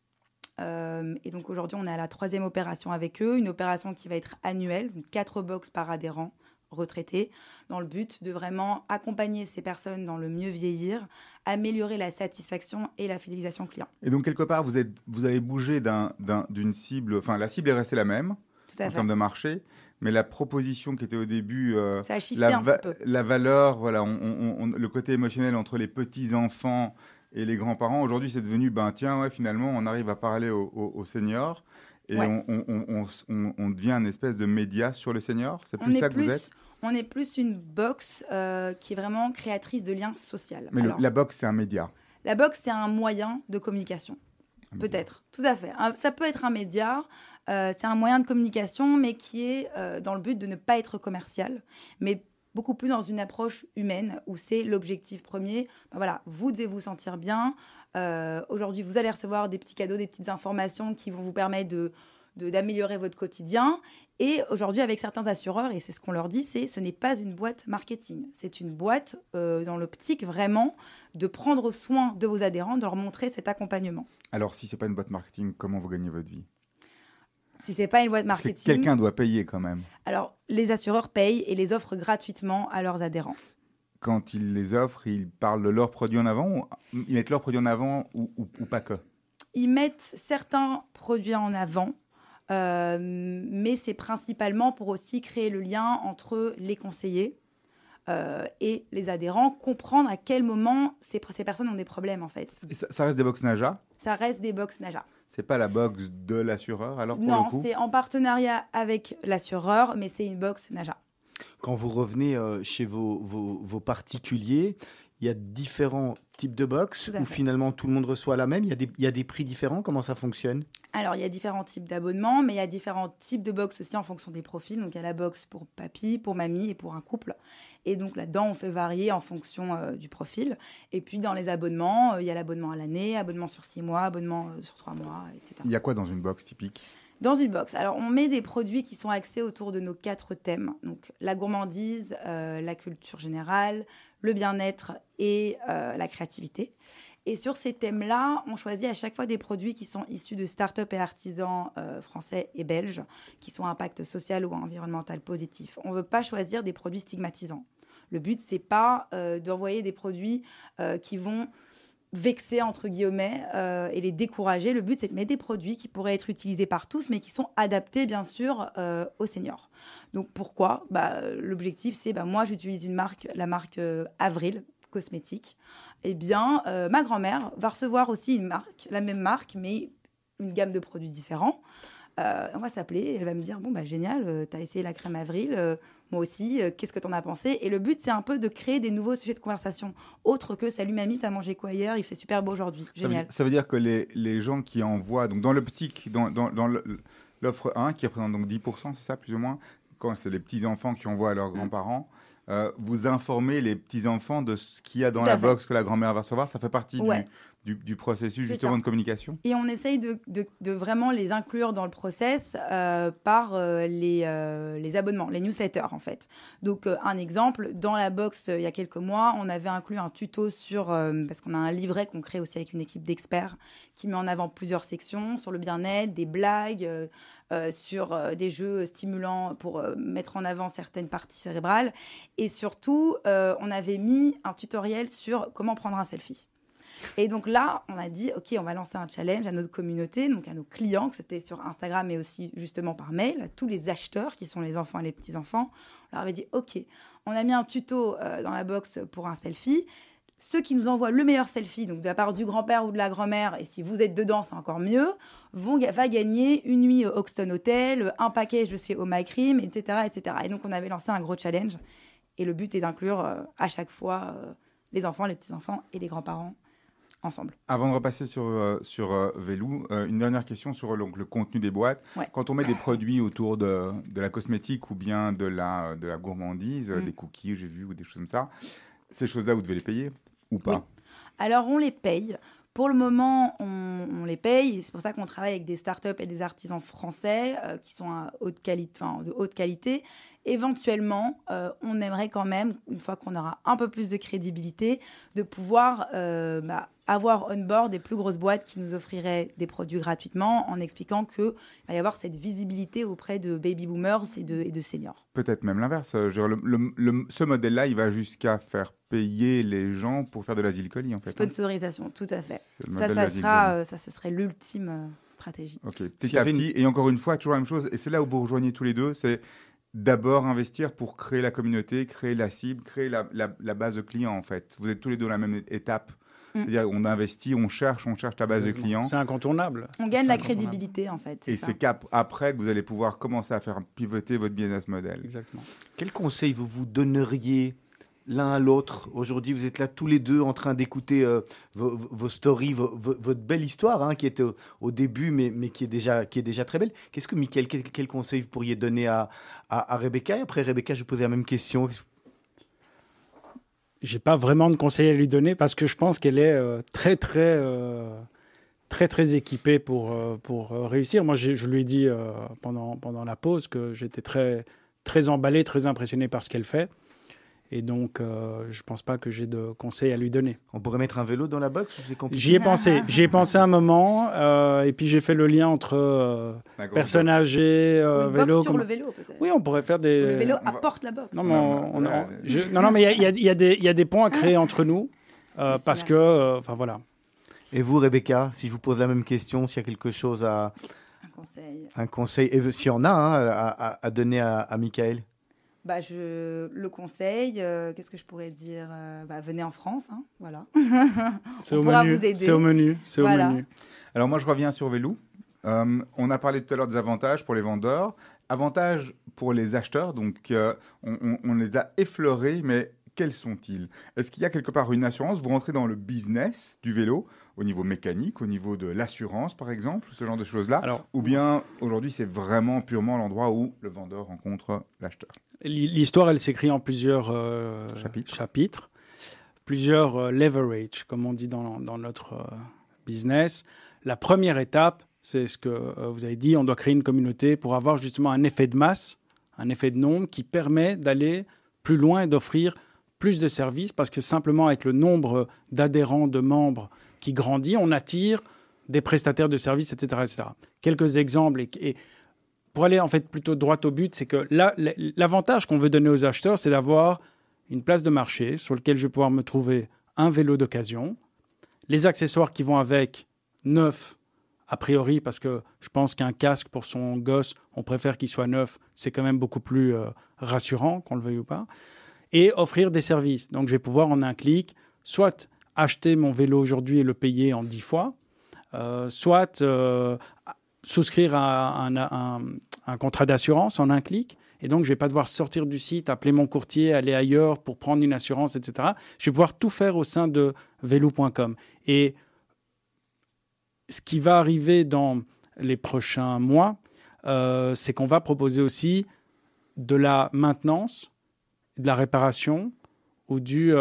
Et donc aujourd'hui, on est à la 3e opération avec eux, une opération qui va être annuelle, 4 box par adhérent retraités, dans le but de vraiment accompagner ces personnes dans le mieux vieillir, améliorer la satisfaction et la fidélisation client. Et donc, quelque part, vous avez bougé d'une cible... Enfin, la cible est restée la même en termes de marché, mais la proposition qui était au début... ça a shifté un petit peu. La valeur, voilà, le côté émotionnel entre les petits-enfants et les grands-parents, aujourd'hui, c'est devenu, finalement, on arrive à parler aux seniors et on devient une espèce de média sur le senior. C'est plus ça que vous êtes ? On est plus une box qui est vraiment créatrice de liens sociaux. Mais la box, c'est un média. La box, c'est un moyen de communication. Peut-être, tout à fait. Ça peut être un média, c'est un moyen de communication, mais qui est dans le but de ne pas être commercial, mais beaucoup plus dans une approche humaine, où c'est l'objectif premier. Vous devez vous sentir bien. Aujourd'hui, vous allez recevoir des petits cadeaux, des petites informations qui vont vous permettre d'améliorer votre quotidien. Et aujourd'hui, avec certains assureurs, et c'est ce qu'on leur dit, ce n'est pas une boîte marketing. C'est une boîte dans l'optique vraiment de prendre soin de vos adhérents, de leur montrer cet accompagnement. Alors, si ce n'est pas une boîte marketing, comment vous gagnez votre vie ? Si ce n'est pas une boîte marketing... Parce que quelqu'un doit payer quand même. Alors, les assureurs payent et les offrent gratuitement à leurs adhérents. Quand ils les offrent, ils parlent de leurs produits en avant ou ils mettent leurs produits en avant ou pas que ? Ils mettent certains produits en avant, mais c'est principalement pour aussi créer le lien entre les conseillers et les adhérents, comprendre à quel moment ces personnes ont des problèmes en fait. Et ça reste des box Naja ? Ça reste des box Naja. C'est pas la box de l'assureur alors pour non, le coup ? C'est en partenariat avec l'assureur, mais c'est une box Naja. Quand vous revenez chez vos particuliers, il y a différents types de box où finalement tout le monde reçoit la même. Il y a des prix différents. Comment ça fonctionne ? Alors, il y a différents types d'abonnements, mais il y a différents types de box aussi en fonction des profils. Donc, il y a la box pour papy, pour mamie et pour un couple. Et donc, là-dedans, on fait varier en fonction du profil. Et puis, dans les abonnements, il y a l'abonnement à l'année, abonnement sur 6 mois, abonnement sur 3 mois, etc. Il y a quoi dans une box typique ? Dans une box, alors on met des produits qui sont axés autour de nos 4 thèmes. Donc la gourmandise, la culture générale, le bien-être et la créativité. Et sur ces thèmes-là, on choisit à chaque fois des produits qui sont issus de start-up et artisans français et belges, qui sont à impact social ou environnemental positif. On ne veut pas choisir des produits stigmatisants. Le but, ce n'est pas d'envoyer des produits qui vont vexer, entre guillemets, et les décourager. Le but, c'est de mettre des produits qui pourraient être utilisés par tous, mais qui sont adaptés, bien sûr, aux seniors. Donc, pourquoi ? L'objectif, c'est, moi, j'utilise la marque Avril, cosmétique. Eh bien, ma grand-mère va recevoir aussi la même marque, mais une gamme de produits différents. On va s'appeler et elle va me dire, bon, bah, génial, tu as essayé la crème Avril, moi aussi, qu'est-ce que tu en as pensé? Et le but, c'est un peu de créer des nouveaux sujets de conversation, autres que salut mamie, t'as mangé quoi hier? Il fait super beau aujourd'hui. Génial. Ça veut dire que les gens qui envoient, donc dans l'optique, dans l'offre 1, qui représente donc 10%, c'est ça, plus ou moins, quand c'est les petits-enfants qui envoient à leurs grands-parents, vous informez les petits-enfants de ce qu'il y a dans la box que la grand-mère va recevoir. Ça fait partie du processus justement de communication. Et on essaye de vraiment les inclure dans le process par les abonnements, les newsletters en fait. Donc un exemple, dans la box il y a quelques mois, on avait inclus un tuto sur, parce qu'on a un livret qu'on crée aussi avec une équipe d'experts qui met en avant plusieurs sections sur le bien-être, des blagues, sur des jeux stimulants pour mettre en avant certaines parties cérébrales. Et surtout, on avait mis un tutoriel sur comment prendre un selfie. Et donc là, on a dit, OK, on va lancer un challenge à notre communauté, donc à nos clients, que c'était sur Instagram et aussi justement par mail, à tous les acheteurs qui sont les enfants et les petits-enfants. On leur avait dit, OK, on a mis un tuto dans la box pour un selfie. Ceux qui nous envoient le meilleur selfie, donc de la part du grand-père ou de la grand-mère, et si vous êtes dedans, c'est encore mieux, va gagner une nuit au Hoxton Hotel, un package chez Oh My Cream, etc., etc. Et donc, on avait lancé un gros challenge. Et le but est d'inclure à chaque fois les enfants, les petits-enfants et les grands-parents ensemble. Avant de repasser sur Velou, une dernière question sur le contenu des boîtes. Ouais. Quand on met des produits autour de la cosmétique ou bien de la gourmandise, des cookies, j'ai vu, ou des choses comme ça, ces choses-là, vous devez les payer ou pas? Oui. Alors, on les paye. Pour le moment, on les paye. C'est pour ça qu'on travaille avec des startups et des artisans français qui sont de haute qualité. Éventuellement, on aimerait quand même, une fois qu'on aura un peu plus de crédibilité, de pouvoir avoir on board des plus grosses boîtes qui nous offriraient des produits gratuitement en expliquant qu'il va y avoir cette visibilité auprès de baby boomers et de seniors. Peut-être même l'inverse. Ce modèle-là, il va jusqu'à faire payer les gens pour faire de l'asile-colis, en fait. Sponsorisation, tout à fait. Ça, ce serait l'ultime stratégie. Ok, petit à petit. Et encore une fois, toujours la même chose. Et c'est là où vous rejoignez tous les deux. C'est d'abord investir pour créer la communauté, créer la cible, créer la base de clients, en fait. Vous êtes tous les deux à la même étape. C'est-à-dire on investit, on cherche ta base de clients. C'est incontournable. On gagne la crédibilité, en fait. Et c'est qu'après que vous allez pouvoir commencer à faire pivoter votre business model. Exactement. Quel conseil vous donneriez l'un à l'autre? Aujourd'hui, vous êtes là tous les deux en train d'écouter vos stories, votre belle histoire qui est au début, mais qui est déjà très belle. Qu'est-ce que, Mickaël, quel conseil vous pourriez donner à Rebecca? Et après, Rebecca, je vais poser la même question. J'ai pas vraiment de conseils à lui donner parce que je pense qu'elle est très équipée pour réussir. Moi, je lui ai dit pendant la pause que j'étais très emballé, très impressionné par ce qu'elle fait. Et donc, je pense pas que j'ai de conseils à lui donner. On pourrait mettre un vélo dans la box ou c'est compliqué? J'y ai pensé un moment, et puis j'ai fait le lien entre personnes âgées, vélo. Box sur le vélo, peut-être. Oui, on pourrait faire des. Le vélo apporte la box. Non, mais il y a des ponts à créer entre nous, parce que, enfin voilà. Et vous, Rebecca, si je vous pose la même question, s'il y a quelque chose à un conseil, et s'il y en a à donner à Mickaël? Le conseil, qu'est-ce que je pourrais dire? Venez en France, voilà. C'est au menu. Alors moi, je reviens sur Velou. On a parlé tout à l'heure des avantages pour les vendeurs. Avantages pour les acheteurs, donc on les a effleurés, mais quels sont-ils? Est-ce qu'il y a quelque part une assurance? Vous rentrez dans le business du vélo, au niveau mécanique, au niveau de l'assurance, par exemple, ce genre de choses-là? Ou bien, aujourd'hui, c'est vraiment purement l'endroit où le vendeur rencontre l'acheteur? L'histoire, elle s'écrit en plusieurs chapitres, plusieurs leverage, comme on dit dans notre business. La première étape, c'est ce que vous avez dit, on doit créer une communauté pour avoir justement un effet de masse, un effet de nombre qui permet d'aller plus loin et d'offrir plus de services, parce que simplement avec le nombre d'adhérents, de membres qui grandit, on attire des prestataires de services, etc. etc. Quelques exemples, et pour aller en fait plutôt droit au but, c'est que l'avantage qu'on veut donner aux acheteurs, c'est d'avoir une place de marché sur laquelle je vais pouvoir me trouver un vélo d'occasion, les accessoires qui vont avec, neufs a priori, parce que je pense qu'un casque pour son gosse, on préfère qu'il soit neuf, c'est quand même beaucoup plus rassurant, qu'on le veuille ou pas, et offrir des services. Donc je vais pouvoir en un clic, soit acheter mon vélo aujourd'hui et le payer en 10 fois, soit souscrire à un contrat d'assurance en un clic. Et donc, je ne vais pas devoir sortir du site, appeler mon courtier, aller ailleurs pour prendre une assurance, etc. Je vais pouvoir tout faire au sein de Velo.com. Et ce qui va arriver dans les prochains mois, c'est qu'on va proposer aussi de la maintenance, de la réparation ou du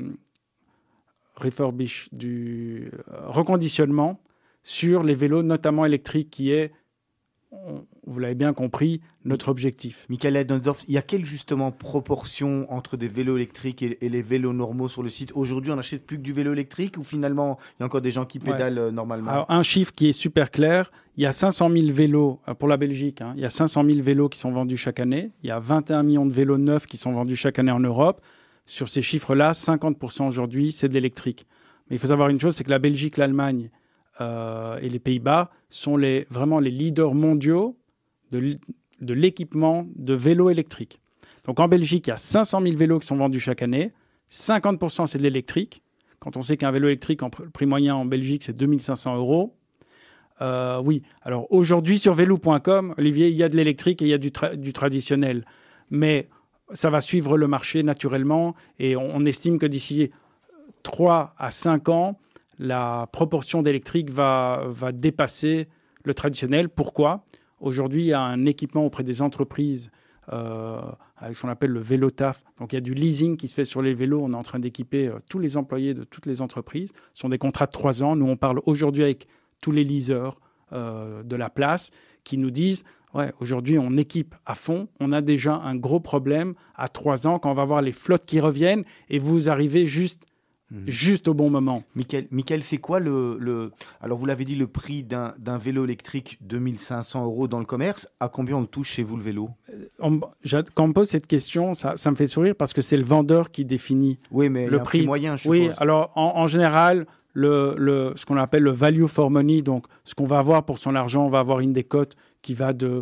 refurbish, du reconditionnement sur les vélos, notamment électriques, qui est, vous l'avez bien compris, notre objectif. Michael Adonsdorf, il y a quelle justement proportion entre des vélos électriques et les vélos normaux sur le site? Aujourd'hui, on n'achète plus que du vélo électrique ou finalement, il y a encore des gens qui pédalent normalement? Alors, un chiffre qui est super clair, il y a 500 000 vélos, pour la Belgique, il y a 500 000 vélos qui sont vendus chaque année. Il y a 21 millions de vélos neufs qui sont vendus chaque année en Europe. Sur ces chiffres-là, 50% aujourd'hui, c'est de l'électrique. Mais il faut savoir une chose, c'est que la Belgique, l'Allemagne et les Pays-Bas sont vraiment les leaders mondiaux de l'équipement de vélos électriques. Donc en Belgique, il y a 500 000 vélos qui sont vendus chaque année. 50% c'est de l'électrique. Quand on sait qu'un vélo électrique, en prix moyen en Belgique, c'est 2 500 €. Oui, alors aujourd'hui sur Velo.com, Olivier, il y a de l'électrique et il y a du traditionnel. Mais ça va suivre le marché naturellement et on estime que d'ici 3 à 5 ans, la proportion d'électrique va dépasser le traditionnel. Pourquoi ? Aujourd'hui, il y a un équipement auprès des entreprises avec ce qu'on appelle le vélo taf. Donc, il y a du leasing qui se fait sur les vélos. On est en train d'équiper tous les employés de toutes les entreprises. Ce sont des contrats de 3 ans. Nous, on parle aujourd'hui avec tous les leasers de la place qui nous disent « Ouais, aujourd'hui, on équipe à fond. On a déjà un gros problème à 3 ans quand on va voir les flottes qui reviennent et vous arrivez juste au bon moment. » Michael, c'est quoi alors vous l'avez dit, le prix d'un vélo électrique, 2 500 € dans le commerce. À combien on le touche chez vous, le vélo? Quand on me pose cette question, ça me fait sourire parce que c'est le vendeur qui définit oui, mais le prix. Prix moyen, je suppose. Oui, alors en général, ce qu'on appelle le value for money, donc ce qu'on va avoir pour son argent, on va avoir une décote qui va de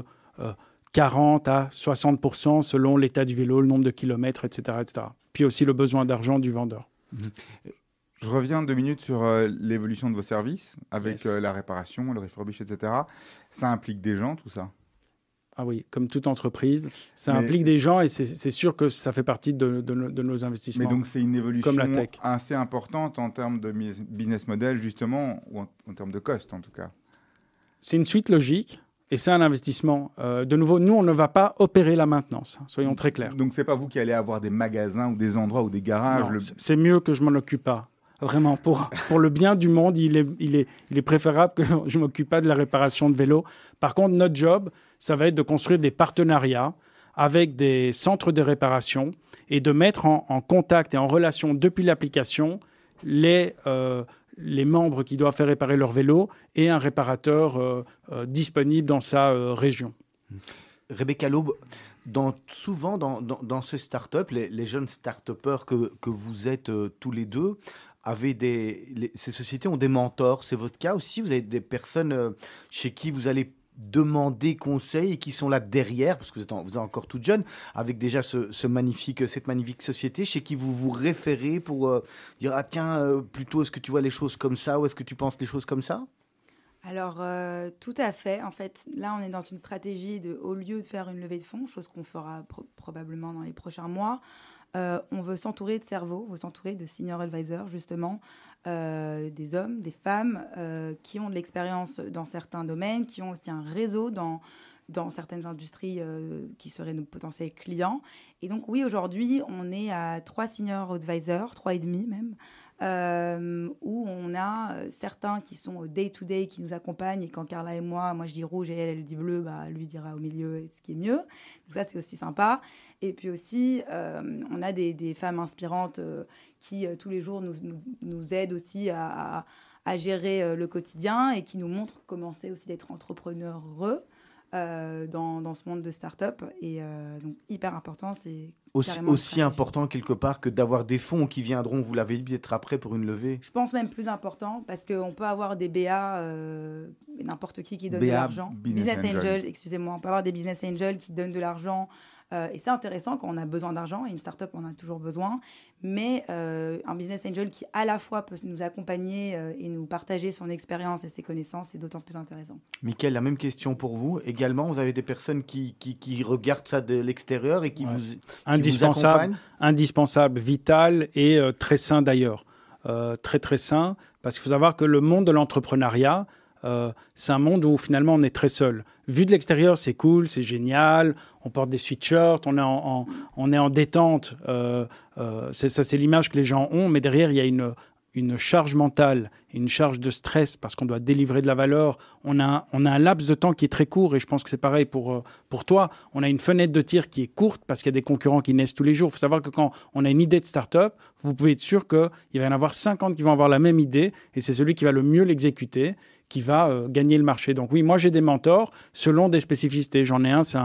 40 à 60% selon l'état du vélo, le nombre de kilomètres, etc., etc. Puis aussi le besoin d'argent du vendeur. Je reviens 2 minutes sur l'évolution de vos services avec la réparation, le refurbish, etc. Ça implique des gens, tout ça? Ah oui, comme toute entreprise, ça implique des gens et c'est sûr que ça fait partie de nos investissements. Mais donc c'est une évolution comme la tech. Assez importante en termes de business model justement, ou en termes de cost en tout cas. C'est une suite logique. Et c'est un investissement. De nouveau, nous, on ne va pas opérer la maintenance, soyons très clairs. Donc, ce n'est pas vous qui allez avoir des magasins ou des endroits ou des garages? Non, c'est mieux que je ne m'en occupe pas. Vraiment, pour le bien du monde, il est préférable que je ne m'occupe pas de la réparation de vélos. Par contre, notre job, ça va être de construire des partenariats avec des centres de réparation et de mettre en contact et en relation depuis l'application les membres qui doivent faire réparer leur vélo et un réparateur disponible dans sa région. Rebecca Laube, souvent dans ces startups, les jeunes start-upers que vous êtes tous les deux, ces sociétés ont des mentors. C'est votre cas aussi? Vous avez des personnes chez qui vous allez demander conseil et qui sont là derrière, parce que vous êtes encore toute jeune, avec déjà cette magnifique société, chez qui vous vous référez pour dire « Ah tiens, plutôt est-ce que tu vois les choses comme ça ou est-ce que tu penses les choses comme ça ?» Alors, tout à fait. En fait, là, on est dans une stratégie au lieu de faire une levée de fonds, chose qu'on fera probablement dans les prochains mois, on veut s'entourer de cerveaux, on veut s'entourer de senior advisors, justement, des hommes, des femmes qui ont de l'expérience dans certains domaines, qui ont aussi un réseau dans certaines industries qui seraient nos potentiels clients. Et donc, oui, aujourd'hui, on est à 3 senior advisors, 3,5 même, où on a certains qui sont au day-to-day, qui nous accompagnent. Et quand Carla et moi je dis rouge et elle dit bleu, bah, lui dira au milieu ce qui est mieux. Donc ça, c'est aussi sympa. Et puis aussi, on a des femmes inspirantes qui, tous les jours, nous aident aussi à gérer le quotidien et qui nous montrent comment c'est aussi d'être entrepreneureux dans ce monde de start-up. Et donc, hyper important, c'est aussi important quelque part que d'avoir des fonds qui viendront, vous l'avez dit, peut-être après pour une levée. Je pense même plus important, parce qu'on peut avoir des BA, n'importe qui donne de l'argent. Business Angel. Excusez-moi. On peut avoir des business angels qui donnent de l'argent Et c'est intéressant quand on a besoin d'argent, et une start-up, on en a toujours besoin. Mais un business angel qui, à la fois, peut nous accompagner et nous partager son expérience et ses connaissances, c'est d'autant plus intéressant. Mickaël, la même question pour vous. Également, vous avez des personnes qui regardent ça de l'extérieur et qui vous accompagnent. Indispensable, vital et très sain d'ailleurs. Très, très sain, parce qu'il faut savoir que le monde de l'entrepreneuriat, c'est un monde où finalement on est très seul. Vu de l'extérieur, c'est cool, c'est génial, on porte des sweatshirts, on est en détente. C'est l'image que les gens ont, mais derrière, il y a une charge mentale, une charge de stress parce qu'on doit délivrer de la valeur. On a un laps de temps qui est très court et je pense que c'est pareil pour toi. On a une fenêtre de tir qui est courte parce qu'il y a des concurrents qui naissent tous les jours. Il faut savoir que quand on a une idée de start-up, vous pouvez être sûr qu'il va y en avoir 50 qui vont avoir la même idée et c'est celui qui va le mieux l'exécuter qui va gagner le marché. Donc oui, moi j'ai des mentors selon des spécificités. J'en ai un, c'est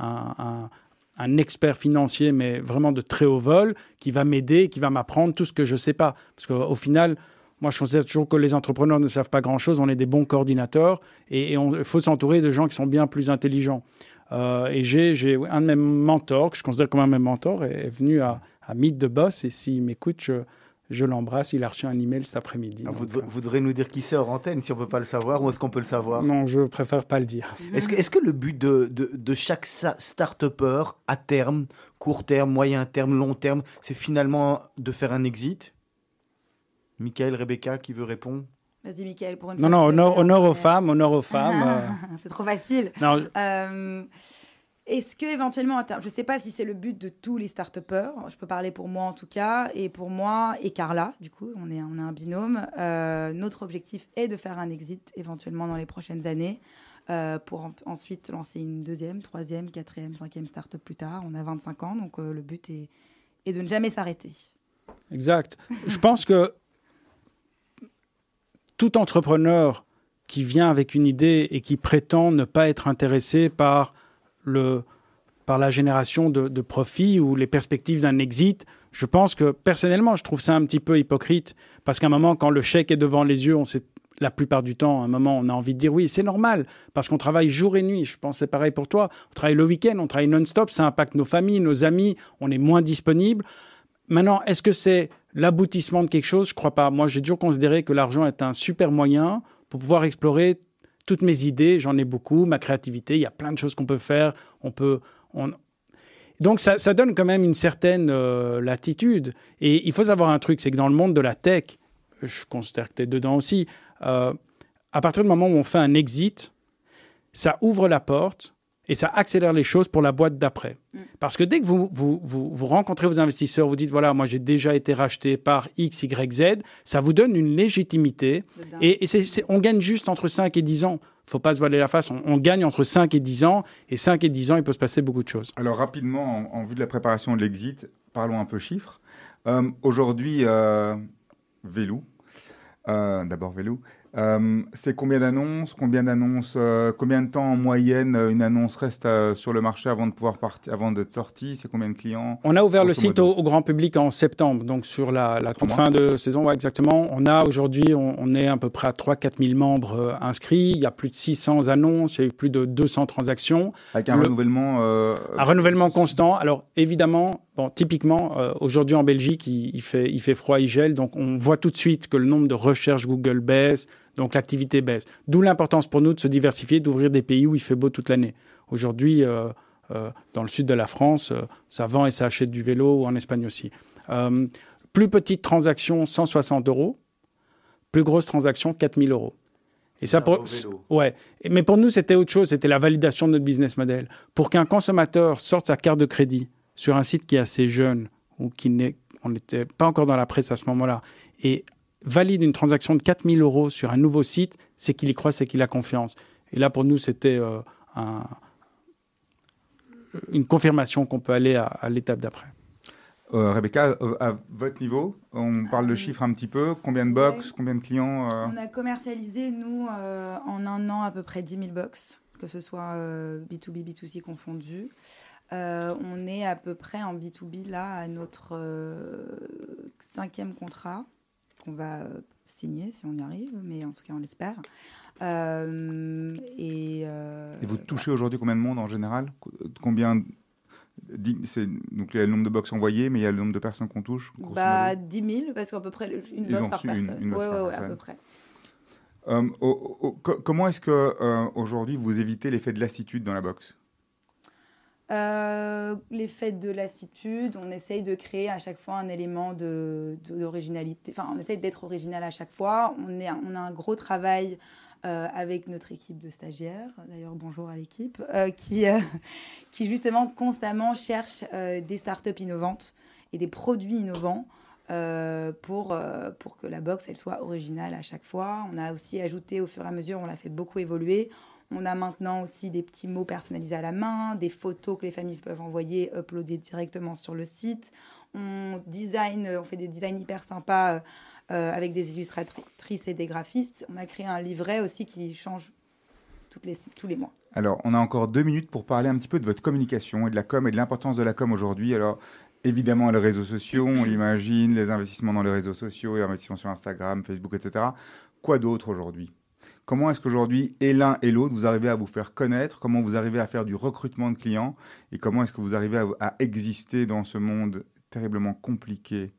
un expert financier, mais vraiment de très haut vol, qui va m'aider, qui va m'apprendre tout ce que je ne sais pas. Parce qu'au final, moi, je considère toujours que les entrepreneurs ne savent pas grand-chose. On est des bons coordinateurs et il faut s'entourer de gens qui sont bien plus intelligents. Et j'ai un de mes mentors, que je considère comme un de mes mentors, est venu à Meet the Boss. Et s'il m'écoute, je l'embrasse. Il a reçu un email cet après-midi. Ah, vous devrez nous dire qui c'est hors antenne, si on ne peut pas le savoir, ou est-ce qu'on peut le savoir? Non, je préfère pas le dire. Est-ce que le but de chaque start-upper, à terme, court terme, moyen terme, long terme, c'est finalement de faire un exit? Mickaël, Rebecca, qui veut répondre? Vas-y, Mickaël, pour une fois. Non, honneur aux femmes. C'est trop facile. Non. Est-ce que éventuellement, je ne sais pas si c'est le but de tous les start-upers, je peux parler pour moi en tout cas, et pour moi et Carla, du coup, on est un binôme. Notre objectif est de faire un exit éventuellement dans les prochaines années pour ensuite lancer une deuxième, troisième, quatrième, cinquième start-up plus tard. On a 25 ans, donc le but est de ne jamais s'arrêter. Exact. Je pense que tout entrepreneur qui vient avec une idée et qui prétend ne pas être intéressé par la génération de profits ou les perspectives d'un exit, je pense que personnellement, je trouve ça un petit peu hypocrite parce qu'à un moment, quand le chèque est devant les yeux, on sait la plupart du temps, à un moment, on a envie de dire oui, c'est normal parce qu'on travaille jour et nuit. Je pense que c'est pareil pour toi. On travaille le week-end, on travaille non-stop, ça impacte nos familles, nos amis, on est moins disponible. Maintenant, est-ce que c'est l'aboutissement de quelque chose? Je ne crois pas. Moi, j'ai toujours considéré que l'argent est un super moyen pour pouvoir explorer toutes mes idées. J'en ai beaucoup, ma créativité. Il y a plein de choses qu'on peut faire. Donc, ça donne quand même une certaine latitude. Et il faut savoir un truc, c'est que dans le monde de la tech, je considère que tu es dedans aussi, à partir du moment où on fait un exit, ça ouvre la porte et ça accélère les choses pour la boîte d'après. Parce que dès que vous rencontrez vos investisseurs, vous dites, voilà, moi j'ai déjà été racheté par X, Y, Z, ça vous donne une légitimité. Et on gagne juste entre 5 et 10 ans. Il ne faut pas se voiler la face. On gagne entre 5 et 10 ans. Et 5 et 10 ans, il peut se passer beaucoup de choses. Alors rapidement, en vue de la préparation de l'exit, parlons un peu chiffres. Aujourd'hui, Velou. D'abord Velou. C'est combien d'annonces, combien de temps en moyenne une annonce reste sur le marché avant de pouvoir avant d'être sortie? C'est combien de clients? On a ouvert le site au grand public en septembre, donc sur la toute fin de saison, ouais, exactement. On a aujourd'hui, on est à peu près à 3-4 000 membres inscrits. Il y a plus de 600 annonces, il y a eu plus de 200 transactions. Avec un renouvellement... Un renouvellement constant. Alors évidemment, typiquement, aujourd'hui en Belgique, il fait froid, il gèle, donc on voit tout de suite que le nombre de recherches Google baisse. Donc l'activité baisse. D'où l'importance pour nous de se diversifier, d'ouvrir des pays où il fait beau toute l'année. Aujourd'hui, dans le sud de la France, ça vend et ça achète du vélo, ou en Espagne aussi. Plus petite transaction, 160 €. Plus grosse transaction, 4 000 €. Et ça ouais. Mais pour nous, c'était autre chose. C'était la validation de notre business model. Pour qu'un consommateur sorte sa carte de crédit sur un site qui est assez jeune ou on n'était pas encore dans la presse à ce moment-là et valide une transaction de 4 000 € sur un nouveau site, c'est qu'il y croit, c'est qu'il a confiance. Et là, pour nous, c'était une confirmation qu'on peut aller à l'étape d'après. Rebecca, à votre niveau, on parle de chiffres un petit peu. Combien de box, combien de clients On a commercialisé, nous, en un an, à peu près 10 000 box, que ce soit B2B, B2C confondus. On est à peu près en B2B, là, à notre 5e contrat qu'on va signer, si on y arrive, mais en tout cas, on l'espère. Et vous touchez aujourd'hui combien de monde en général? donc il y a le nombre de box envoyées, mais il y a le nombre de personnes qu'on touche. 10 000, parce qu'à peu près une box par personne. Une box par personne. À peu près. Comment est-ce que aujourd'hui vous évitez l'effet de lassitude dans la box? L'effet de lassitude, on essaye de créer à chaque fois un élément d'originalité. Enfin, on essaye d'être original à chaque fois. On a un gros travail avec notre équipe de stagiaires. D'ailleurs, bonjour à l'équipe, qui justement constamment cherche des startups innovantes et des produits innovants pour que la box elle soit originale à chaque fois. On a aussi ajouté au fur et à mesure, on l'a fait beaucoup évoluer. On a maintenant aussi des petits mots personnalisés à la main, des photos que les familles peuvent envoyer, uploader directement sur le site. On fait des designs hyper sympas avec des illustratrices et des graphistes. On a créé un livret aussi qui change tous les mois. Alors, on a encore 2 minutes pour parler un petit peu de votre communication et de la com et de l'importance de la com aujourd'hui. Alors, évidemment, les réseaux sociaux, on l'imagine, les investissements dans les réseaux sociaux, les investissements sur Instagram, Facebook, etc. Quoi d'autre aujourd'hui ? Comment est-ce qu'aujourd'hui, et l'un et l'autre, vous arrivez à vous faire connaître? Comment vous arrivez à faire du recrutement de clients? Et comment est-ce que vous arrivez à exister dans ce monde terriblement compliqué?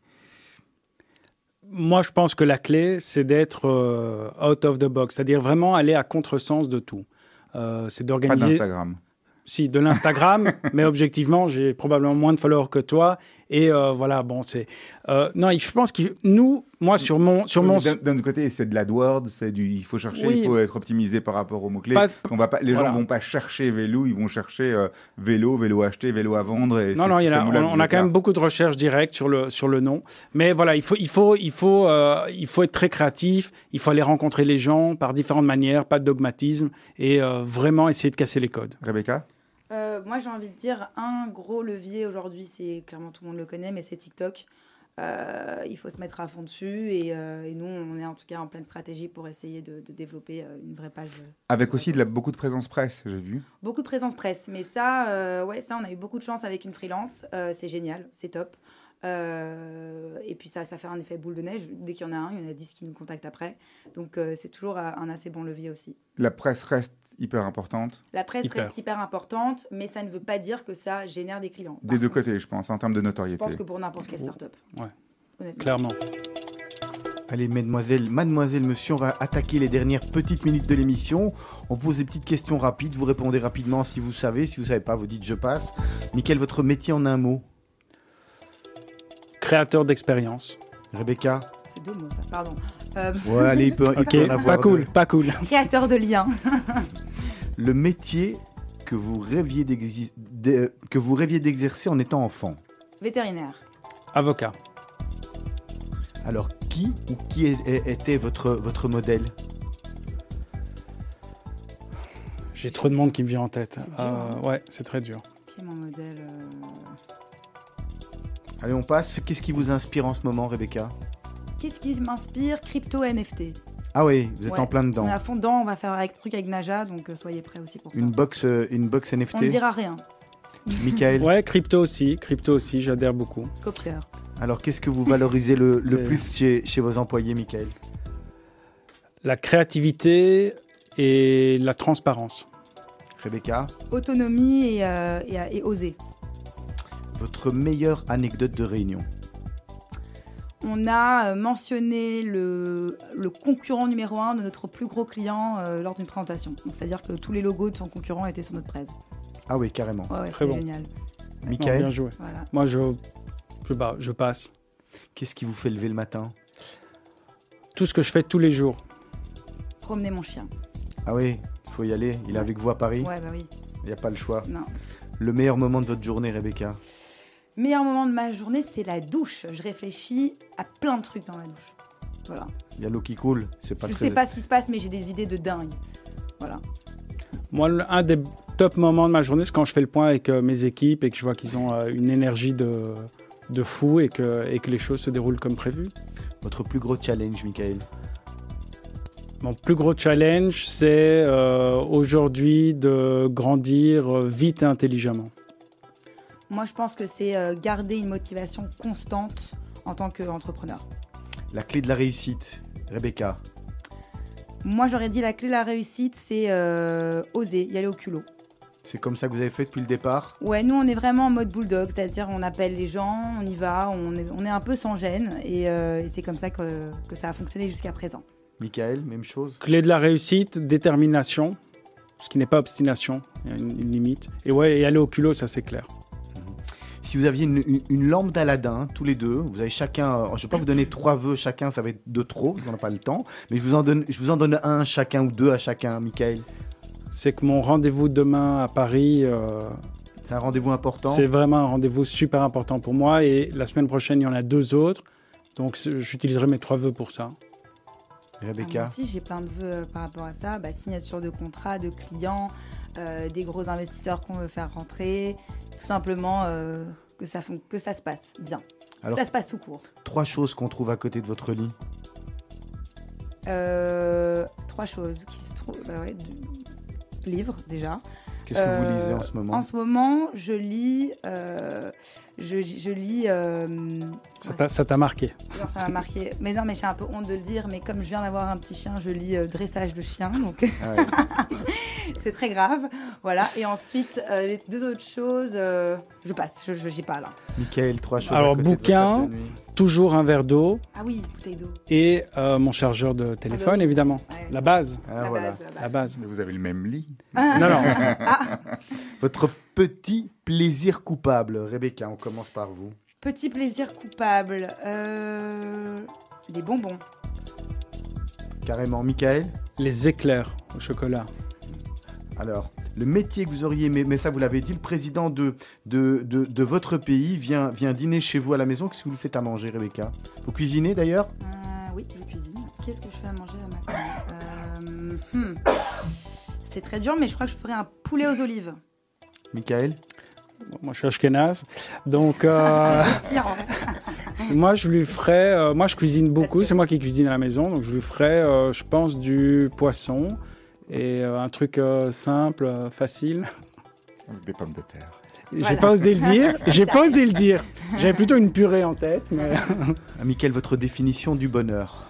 Moi, je pense que la clé, c'est d'être out of the box, c'est-à-dire vraiment aller à contresens de tout. C'est d'organiser... Pas d'Instagram. Si, de l'Instagram, mais objectivement, j'ai probablement moins de followers que toi. Et voilà, bon, c'est... non, je pense que moi, sur mon... D'un côté, c'est de l'AdWords, il faut chercher, oui. Il faut être optimisé par rapport aux mots-clés. Les gens ne vont pas chercher vélo, ils vont chercher vélo acheté, vélo à vendre. Et non, on a quand même beaucoup de recherches directes sur le nom. Mais voilà, il faut être très créatif, il faut aller rencontrer les gens par différentes manières, pas de dogmatisme, et vraiment essayer de casser les codes. Rebecca ? Moi, j'ai envie de dire, un gros levier aujourd'hui, c'est clairement tout le monde le connaît, mais c'est TikTok. Il faut se mettre à fond dessus et nous, on est en tout cas en pleine stratégie pour essayer de développer une vraie page. Avec aussi beaucoup de présence presse, j'ai vu. Beaucoup de présence presse, mais ça, on a eu beaucoup de chance avec une freelance. C'est génial, c'est top. Et puis ça fait un effet boule de neige. Dès qu'il y en a un, il y en a 10 qui nous contactent après. Donc c'est toujours un assez bon levier aussi. La presse reste hyper importante. La presse reste hyper importante, mais ça ne veut pas dire que ça génère des clients. Des deux côtés, je pense, en termes de notoriété. Je pense que pour n'importe quelle start-up. Ouais. Honnêtement. Clairement. Allez, mademoiselle, monsieur, on va attaquer les dernières petites minutes de l'émission. On pose des petites questions rapides. Vous répondez rapidement si vous savez. Si vous ne savez pas, vous dites « je passe ». Mickaël, votre métier en un mot? Créateur d'expérience. Rebecca? C'est 2 mots, ça, pardon. Ouais, allez, il peut en avoir pas cool. Créateur de liens. Le métier que vous rêviez d'exercer en étant enfant? Vétérinaire. Avocat. Alors, qui était votre modèle? J'ai trop de monde qui me vient en tête. C'est dur, hein. Ouais, c'est très dur. Qui est mon modèle Allez, on passe. Qu'est-ce qui vous inspire en ce moment, Rebecca? Qu'est-ce qui m'inspire? Crypto NFT. Ah oui, vous êtes en plein dedans. On est à fond dedans, on va faire un truc avec Naja, donc soyez prêts aussi pour ça. Une box NFT. On ne dira rien. Mickaël? Ouais, crypto aussi, j'adhère beaucoup. Copieur. Alors, qu'est-ce que vous valorisez le plus chez vos employés, Mickaël? La créativité et la transparence. Rebecca? Autonomie et oser. Votre meilleure anecdote de réunion? On a mentionné le concurrent numéro 1 de notre plus gros client lors d'une présentation. Donc, c'est-à-dire que tous les logos de son concurrent étaient sur notre presse. Ah oui, carrément. Ouais, très bon. Génial. Mickaël? Bien joué. Voilà. Moi, je passe. Qu'est-ce qui vous fait lever le matin? Tout ce que je fais tous les jours. Promener mon chien. Ah oui, il faut y aller. Il est avec vous à Paris? Ouais, bah oui. Il n'y a pas le choix. Non. Le meilleur moment de votre journée, Rebecca? Meilleur moment de ma journée, c'est la douche. Je réfléchis à plein de trucs dans la douche. Voilà. Il y a l'eau qui coule. C'est pas Je très... sais pas ce qui se passe, mais j'ai des idées de dingue. Voilà. Moi, un des top moments de ma journée, c'est quand je fais le point avec mes équipes et que je vois qu'ils ont une énergie de fou et que les choses se déroulent comme prévu. Votre plus gros challenge, Mickaël? Mon plus gros challenge, c'est aujourd'hui de grandir vite et intelligemment. Moi, je pense que c'est garder une motivation constante en tant qu'entrepreneur. La clé de la réussite, Rebecca? Moi, j'aurais dit la clé de la réussite, c'est oser, y aller au culot. C'est comme ça que vous avez fait depuis le départ? Ouais, nous on est vraiment en mode bulldog, c'est-à-dire on appelle les gens, on y va, on est un peu sans gêne et c'est comme ça que ça a fonctionné jusqu'à présent. Michael, même chose? Clé de la réussite, détermination, ce qui n'est pas obstination, il y a une limite. Et aller au culot, ça c'est clair. Si vous aviez une lampe d'Aladin, tous les deux, vous avez chacun, je ne vais pas vous donner 3 vœux chacun, ça va être de trop, parce qu'on n'a pas le temps, mais je vous en donne un chacun ou 2 à chacun, Michael. C'est que mon rendez-vous demain à Paris... c'est un rendez-vous important? C'est vraiment un rendez-vous super important pour moi, et la semaine prochaine, il y en a 2 autres, donc j'utiliserai mes 3 vœux pour ça. Rebecca? Moi aussi, j'ai plein de vœux par rapport à ça, signature de contrats, de clients, des gros investisseurs qu'on veut faire rentrer, tout simplement que ça se passe bien. Alors, que ça se passe tout court. 3 choses qu'on trouve à côté de votre lit. 3 choses qui se trouvent... livres, déjà. Qu'est-ce que vous lisez en ce moment? En ce moment, je lis... Ça t'a marqué? Non, ça m'a marqué. Mais non, mais j'ai un peu honte de le dire, mais comme je viens d'avoir un petit chien, je lis dressage de chien, donc c'est très grave. Voilà. Et ensuite, les 2 autres choses, je passe, je n'y pas là. Michael, 3 choses. Alors, bouquin, toujours un verre d'eau. Ah oui, bouteille d'eau. Et mon chargeur de téléphone, évidemment. Ouais. La base. La base. Vous avez le même lit? Non. Votre petit plaisir coupable, Rebecca, on commence par vous. Petit plaisir coupable, les bonbons. Carrément, Michael? Les éclairs au chocolat. Alors, le métier que vous auriez aimé, mais ça vous l'avez dit, le président de votre pays vient dîner chez vous à la maison. Qu'est-ce que vous faites à manger, Rebecca? Vous cuisinez d'ailleurs? Oui, je cuisine. Qu'est-ce que je fais à manger le matin? C'est très dur, mais je crois que je ferais un poulet aux olives. Michael? Moi, je suis ashkénaze, donc moi, je lui ferais... moi, je cuisine beaucoup, c'est moi qui cuisine à la maison, donc je lui ferais, je pense, du poisson et un truc simple, facile. Des pommes de terre. J'ai pas osé le dire. J'avais plutôt une purée en tête. Mais... Michael, votre définition du bonheur?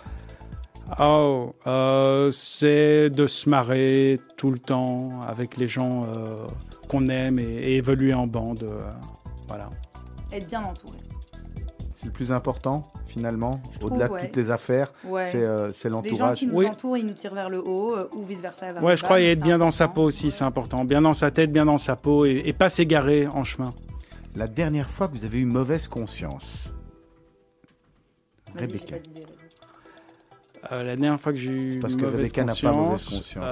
C'est de se marrer tout le temps avec les gens qu'on aime et évoluer en bande. Voilà. Être bien entouré. C'est le plus important, finalement, au-delà de toutes les affaires, c'est l'entourage. Les gens qui nous entourent, ils nous tirent vers le haut ou vice-versa. Ouais, je crois et être bien dans sa peau aussi, c'est important. Bien dans sa tête, bien dans sa peau et pas s'égarer en chemin. La dernière fois que vous avez eu mauvaise conscience? Rebecca. La dernière fois que j'ai eu parce que Rebecca n'a pas mauvaise conscience.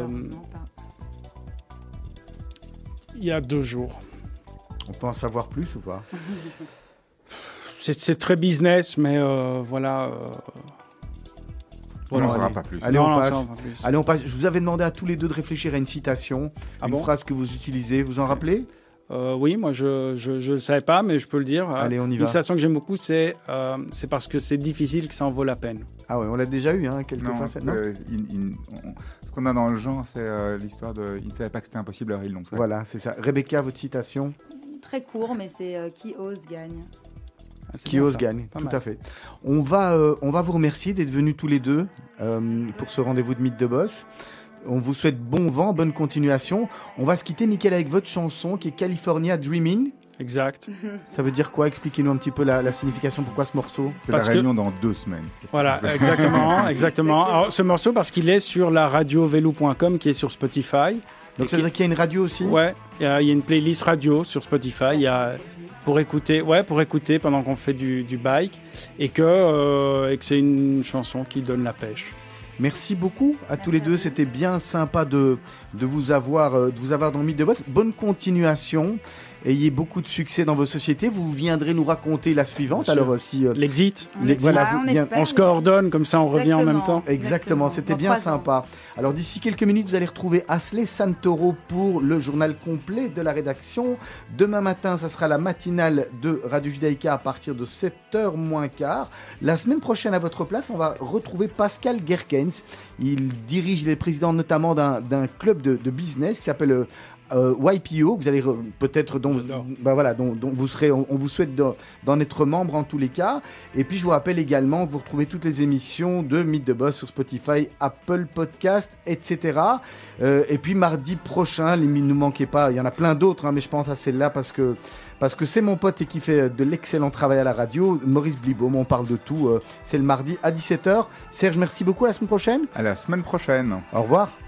Il y a 2 jours. On peut en savoir plus ou pas? C'est très business, mais voilà. On n'en saura pas plus. Allez, on passe. Je vous avais demandé à tous les deux de réfléchir à une citation, une phrase que vous utilisez. Vous en rappelez? Oui, moi je le savais pas, mais je peux le dire. Allez, on y va. Une citation que j'aime beaucoup, c'est parce que c'est difficile que ça en vaut la peine. Ah ouais, on l'a déjà eu, quelquefois. Ce qu'on a dans le genre, c'est l'histoire de « Ils ne savaient pas que c'était impossible, alors ils l'ont fait ». Voilà, c'est ça. Rebecca, votre citation? Très court, mais c'est « Qui ose gagne ». Qui ose gagne, tout à fait. On va vous remercier d'être venus tous les deux pour ce rendez-vous de Mythe de Boss. On vous souhaite bon vent, bonne continuation. On va se quitter, Michael, avec votre chanson qui est California Dreaming. Exact. Ça veut dire quoi? Expliquez-nous un petit peu la signification. Pourquoi ce morceau? C'est la réunion dans 2 semaines. Voilà, exactement. Alors, ce morceau, parce qu'il est sur la radiovélo.com qui est sur Spotify. Donc ça veut dire qu'il y a une radio aussi? Ouais, il y a une playlist radio sur Spotify. Il y a... Pour écouter pendant qu'on fait du bike et que c'est une chanson qui donne la pêche. Merci beaucoup à tous les deux, c'était bien sympa de vous avoir dans le Mythe de Boss. Bonne continuation, ayez beaucoup de succès dans vos sociétés. Vous viendrez nous raconter la suivante. Alors si l'exit, on se coordonne comme ça, on revient en même temps. Exactement, c'était bien sympa. Alors d'ici quelques minutes, vous allez retrouver Asley Santoro pour le journal complet de la rédaction. Demain matin, ça sera la matinale de Radio Judaïka à partir de 7h moins quart. La semaine prochaine, à votre place, on va retrouver Pascal Gerkens. Il est président notamment d'un club de business qui s'appelle YPO, vous allez peut-être dont vous serez, on vous souhaite d'en être membre en tous les cas. Et puis je vous rappelle également que vous retrouvez toutes les émissions de Mythe de Boss sur Spotify, Apple Podcast, etc. Et puis mardi prochain, ne nous manquez pas, il y en a plein d'autres, mais je pense à celle-là parce que c'est mon pote et qui fait de l'excellent travail à la radio, Maurice Blibaum, on parle de tout, c'est le mardi à 17h. Serge, merci beaucoup, à la semaine prochaine. À la semaine prochaine. Au revoir.